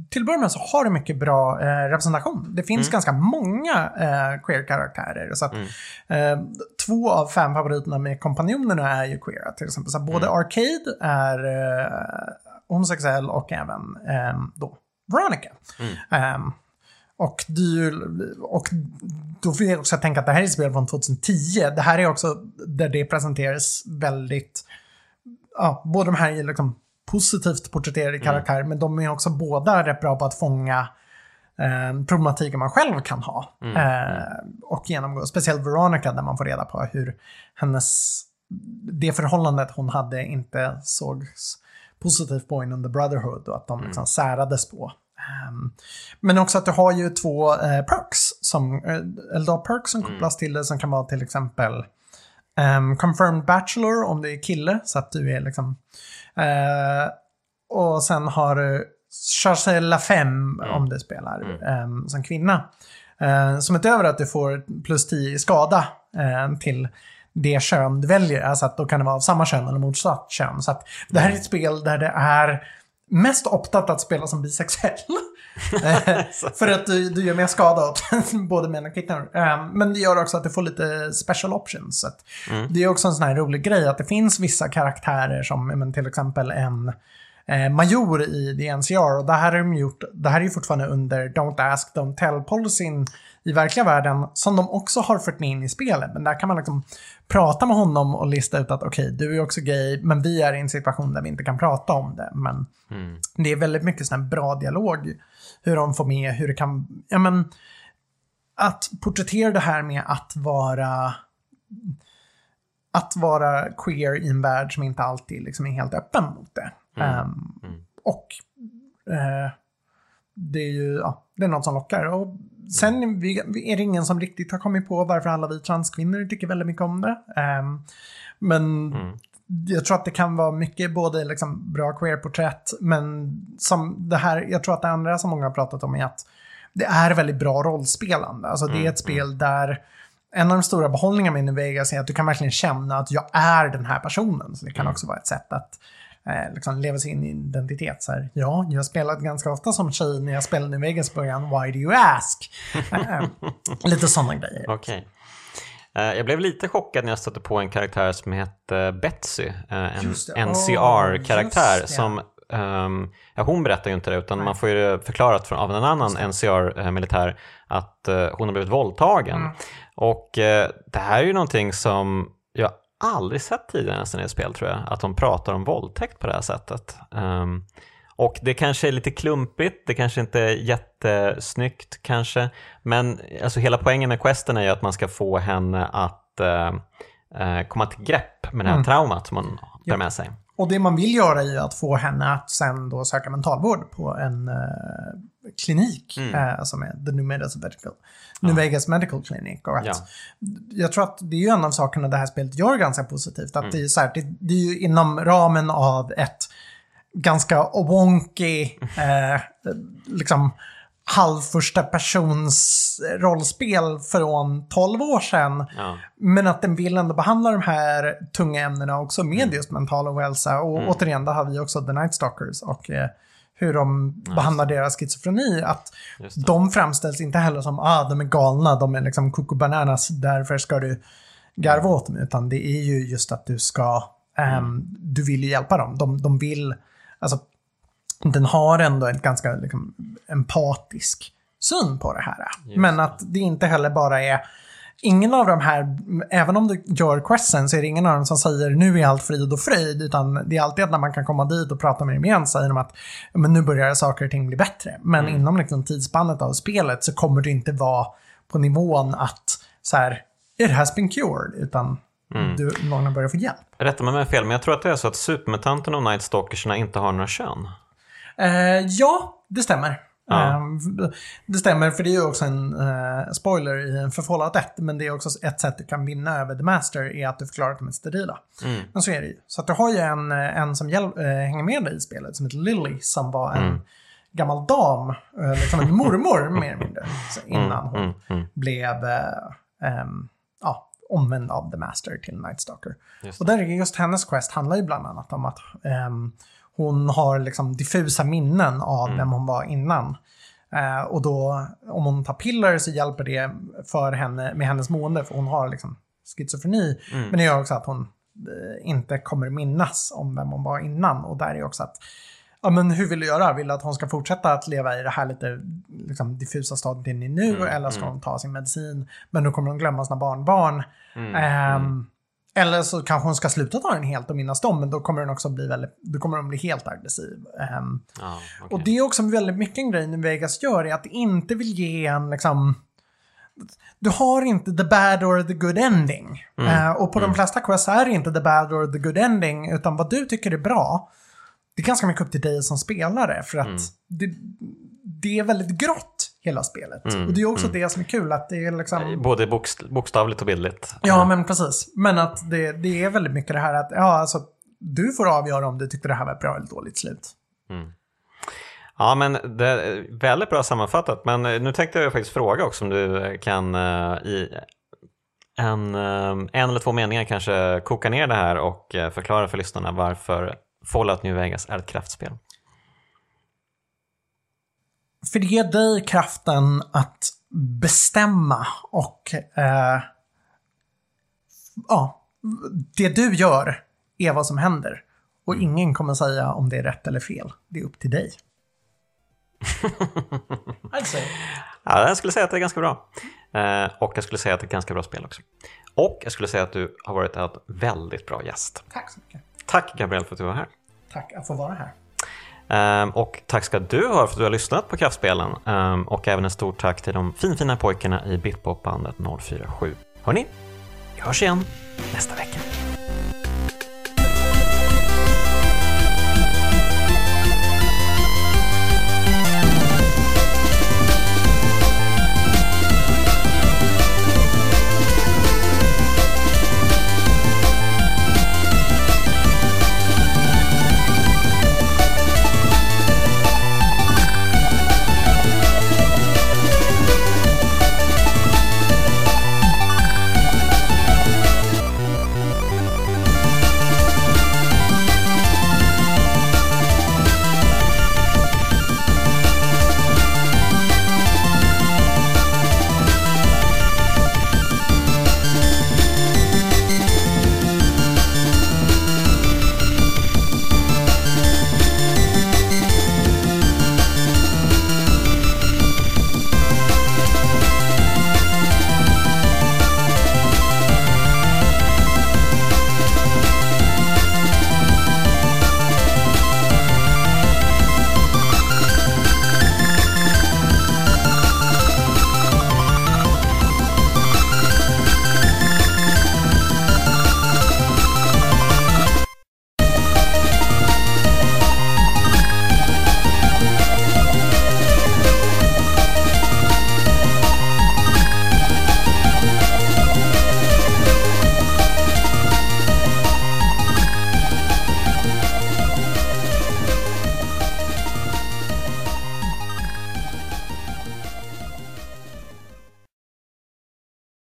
till början med så har det mycket bra eh, representation. Det finns mm. ganska många eh, queer-karaktärer. Så att, mm. eh, två av fem favoriterna med kompanjonerna är ju queera. Till exempel så både mm. Arcade är eh, homosexuell och även eh, då Veronica. Mm. Um, och, du, och då får jag också tänka att det här är ett spel från tjugohundratio. Det här är också där det presenteras väldigt... Ja, båda de här är liksom positivt porträtterade karaktärer, mm. men de är också båda rätt bra på att fånga eh, problematiken man själv kan ha. Mm. Eh, och genomgå, speciellt Veronica, där man får reda på hur hennes... Det förhållandet hon hade inte sågs positivt på inom The Brotherhood och att de liksom mm. särades på. Um, men också att du har ju två uh, perks som, uh, eller då perks som kopplas mm. till det, som kan vara till exempel um, confirmed bachelor om du är kille, så att du är liksom uh, och sen har du charge la femme mm. om du spelar mm. um, som kvinna, uh, som utöver att du får plus tio i skada uh, till det kön du väljer, alltså att då kan det vara av samma kön eller motsatt kön. Så att det här är ett spel där det är mest optat att spela som bisexuell. För att du, du gör mer skada åt både män och kvinnor. Um, men det gör också att du får lite special options. Så att mm. det är också en sån här rolig grej att det finns vissa karaktärer som men till exempel en eh, major i The N C R. Och det här, är de gjort, det här är ju fortfarande under Don't Ask, Don't Tell-policyn i verkliga världen, som de också har fört in i spelet. Men där kan man liksom prata med honom och lista ut att okej, okay, du är också gay, men vi är i en situation där vi inte kan prata om det. Men mm. det är väldigt mycket sån här bra dialog, hur de får med, hur det kan, ja men, att porträttera det här med att vara att vara queer i en värld som inte alltid liksom är helt öppen mot det. Mm. Um, mm. Och uh, det är ju, ja, det är något som lockar. Och sen är det ingen som riktigt har kommit på varför alla vi transkvinnor tycker väldigt mycket om det. Um, men mm. jag tror att det kan vara mycket både liksom bra queer-porträtt, men som det här, jag tror att det andra som många har pratat om är att det är väldigt bra rollspelande. Alltså det är ett mm. spel där en av de stora behållningarna med New Vegas är att du kan verkligen känna att jag är den här personen. Så det kan mm. också vara ett sätt att eh, liksom leva sin identitet. Så här, ja, jag har spelat ganska ofta som tjej när jag spelade New Vegas i början. Why do you ask? eh, lite sådana grejer. Okej. Okay. Jag blev lite chockad när jag stötte på en karaktär som heter Betsy. En N C R-karaktär oh, som... Um, ja, hon berättar ju inte det, utan Nej. man får ju förklarat från, av en annan N C R-militär att uh, hon har blivit våldtagen. Mm. Och uh, det här är ju någonting som jag aldrig sett tidigare nästan i ett spel, tror jag. Att de pratar om våldtäkt på det här sättet. Um, och det kanske är lite klumpigt, det kanske inte är jättesnyggt kanske. Men alltså, hela poängen med questen är ju att man ska få henne att uh, uh, komma till grepp med det här mm. traumat som man ja. bär med sig. Och det man vill göra är ju att få henne att sen då söka mentalvård på en uh, klinik mm. uh, som är The New Vegas Medical, ja. New Vegas Medical Clinic. Och att ja. Jag tror att det är ju en av sakerna det här spelet gör ganska positivt. Att mm. det, är så här, det, det är ju inom ramen av ett ganska wonky uh, liksom halvförsta persons rollspel från tolv år sedan. Ja. Men att den vill ändå behandla de här tunga ämnena också med mm. just mental ohälsa. Och mm. återigen, där har vi också The Night Stalkers och eh, hur de nice. behandlar deras schizofreni. Att de framställs inte heller som ah, de är galna, de är liksom koko bananas, därför ska du garva åt dem. Utan det är ju just att du ska um, mm. du vill ju hjälpa dem. De, de vill, alltså den har ändå en ganska liksom, empatisk syn på det här. Just. Men att det inte heller bara är ingen av de här, även om du gör questen så är det ingen av dem som säger nu är allt frid och fröjd, utan det är alltid att när man kan komma dit och prata med dem igen säger de att men nu börjar saker och ting bli bättre. Men mm. inom liksom, tidsspannet av spelet så kommer det inte vara på nivån att så här, it has been cured, utan mm. du, någon börjar få hjälp. Rätta mig med fel, men jag tror att det är så att supermutanterna och Night Stalkersna inte har några kön. Uh, ja, det stämmer. Ja. Uh, det stämmer, för det är ju också en uh, spoiler i en förfallat ett, men det är också ett sätt du kan vinna över The Master är att du förklarar att de är sterila. Mm. Men så är det ju. Så att du har ju en, en som hjäl- uh, hänger med dig i spelet som heter Lily, som var en mm. gammal dam, uh, liksom en mormor mer eller mindre, innan hon mm. Mm. blev uh, um, ja, omvänd av The Master till Night Stalker. Och där är just hennes quest handlar ju bland annat om att um, hon har liksom diffusa minnen av Mm. vem hon var innan. Eh, och då, om hon tar piller så hjälper det för henne med hennes mående, för hon har liksom schizofreni. Mm. Men det gör också att hon eh, inte kommer minnas om vem hon var innan. Och där är också att, ja men hur vill du göra? Vill du att hon ska fortsätta att leva i det här lite liksom, diffusa stadiet in i nu? Mm, Eller ska mm. hon ta sin medicin? Men då kommer hon glömma sina barnbarn. Mm, Ehm, mm. Eller så kanske hon ska sluta ta den helt och minnas dem, men då kommer den också bli väldigt, då kommer de bli helt aggressiv. Ehm, Ja, okej. Och det är också väldigt mycket en grej nu Vegas gör, är att det inte vill ge en liksom, du har inte the bad or the good ending. Mm. Eh, och på Mm. de flesta quests är det inte the bad or the good ending, utan vad du tycker är bra, det är ganska mycket upp till dig som spelare, för att Mm. det, det är väldigt grått hela spelet. Mm, Och det är också mm. det som är kul, att det är liksom... Både bokst- bokstavligt och bildligt. Ja, men precis. Men att det, det är väldigt mycket det här att, ja, alltså, du får avgöra om du tyckte det här var ett bra eller dåligt slut. Mm. Ja, men det är väldigt bra sammanfattat. Men nu tänkte jag faktiskt fråga också om du kan uh, i en, uh, en eller två meningar kanske koka ner det här och uh, förklara för lyssnarna varför Fallout New Vegas är ett kraftspel. För det ger dig kraften att bestämma och eh, ja, det du gör är vad som händer. Och ingen kommer säga om det är rätt eller fel. Det är upp till dig. Alltså. Ja, jag skulle säga att det är ganska bra. Eh, och jag skulle säga att det är ett ganska bra spel också. Och jag skulle säga att du har varit en väldigt bra gäst. Tack så mycket. Tack Gabriel för att du var här. Tack att få vara här. Um, och tack ska du ha för att du har lyssnat på Kraftspelen. Um, och även en stort tack till de finfina pojkarna i Bitpop-bandet noll fyra sju. Hörrni, vi hörs igen nästa vecka.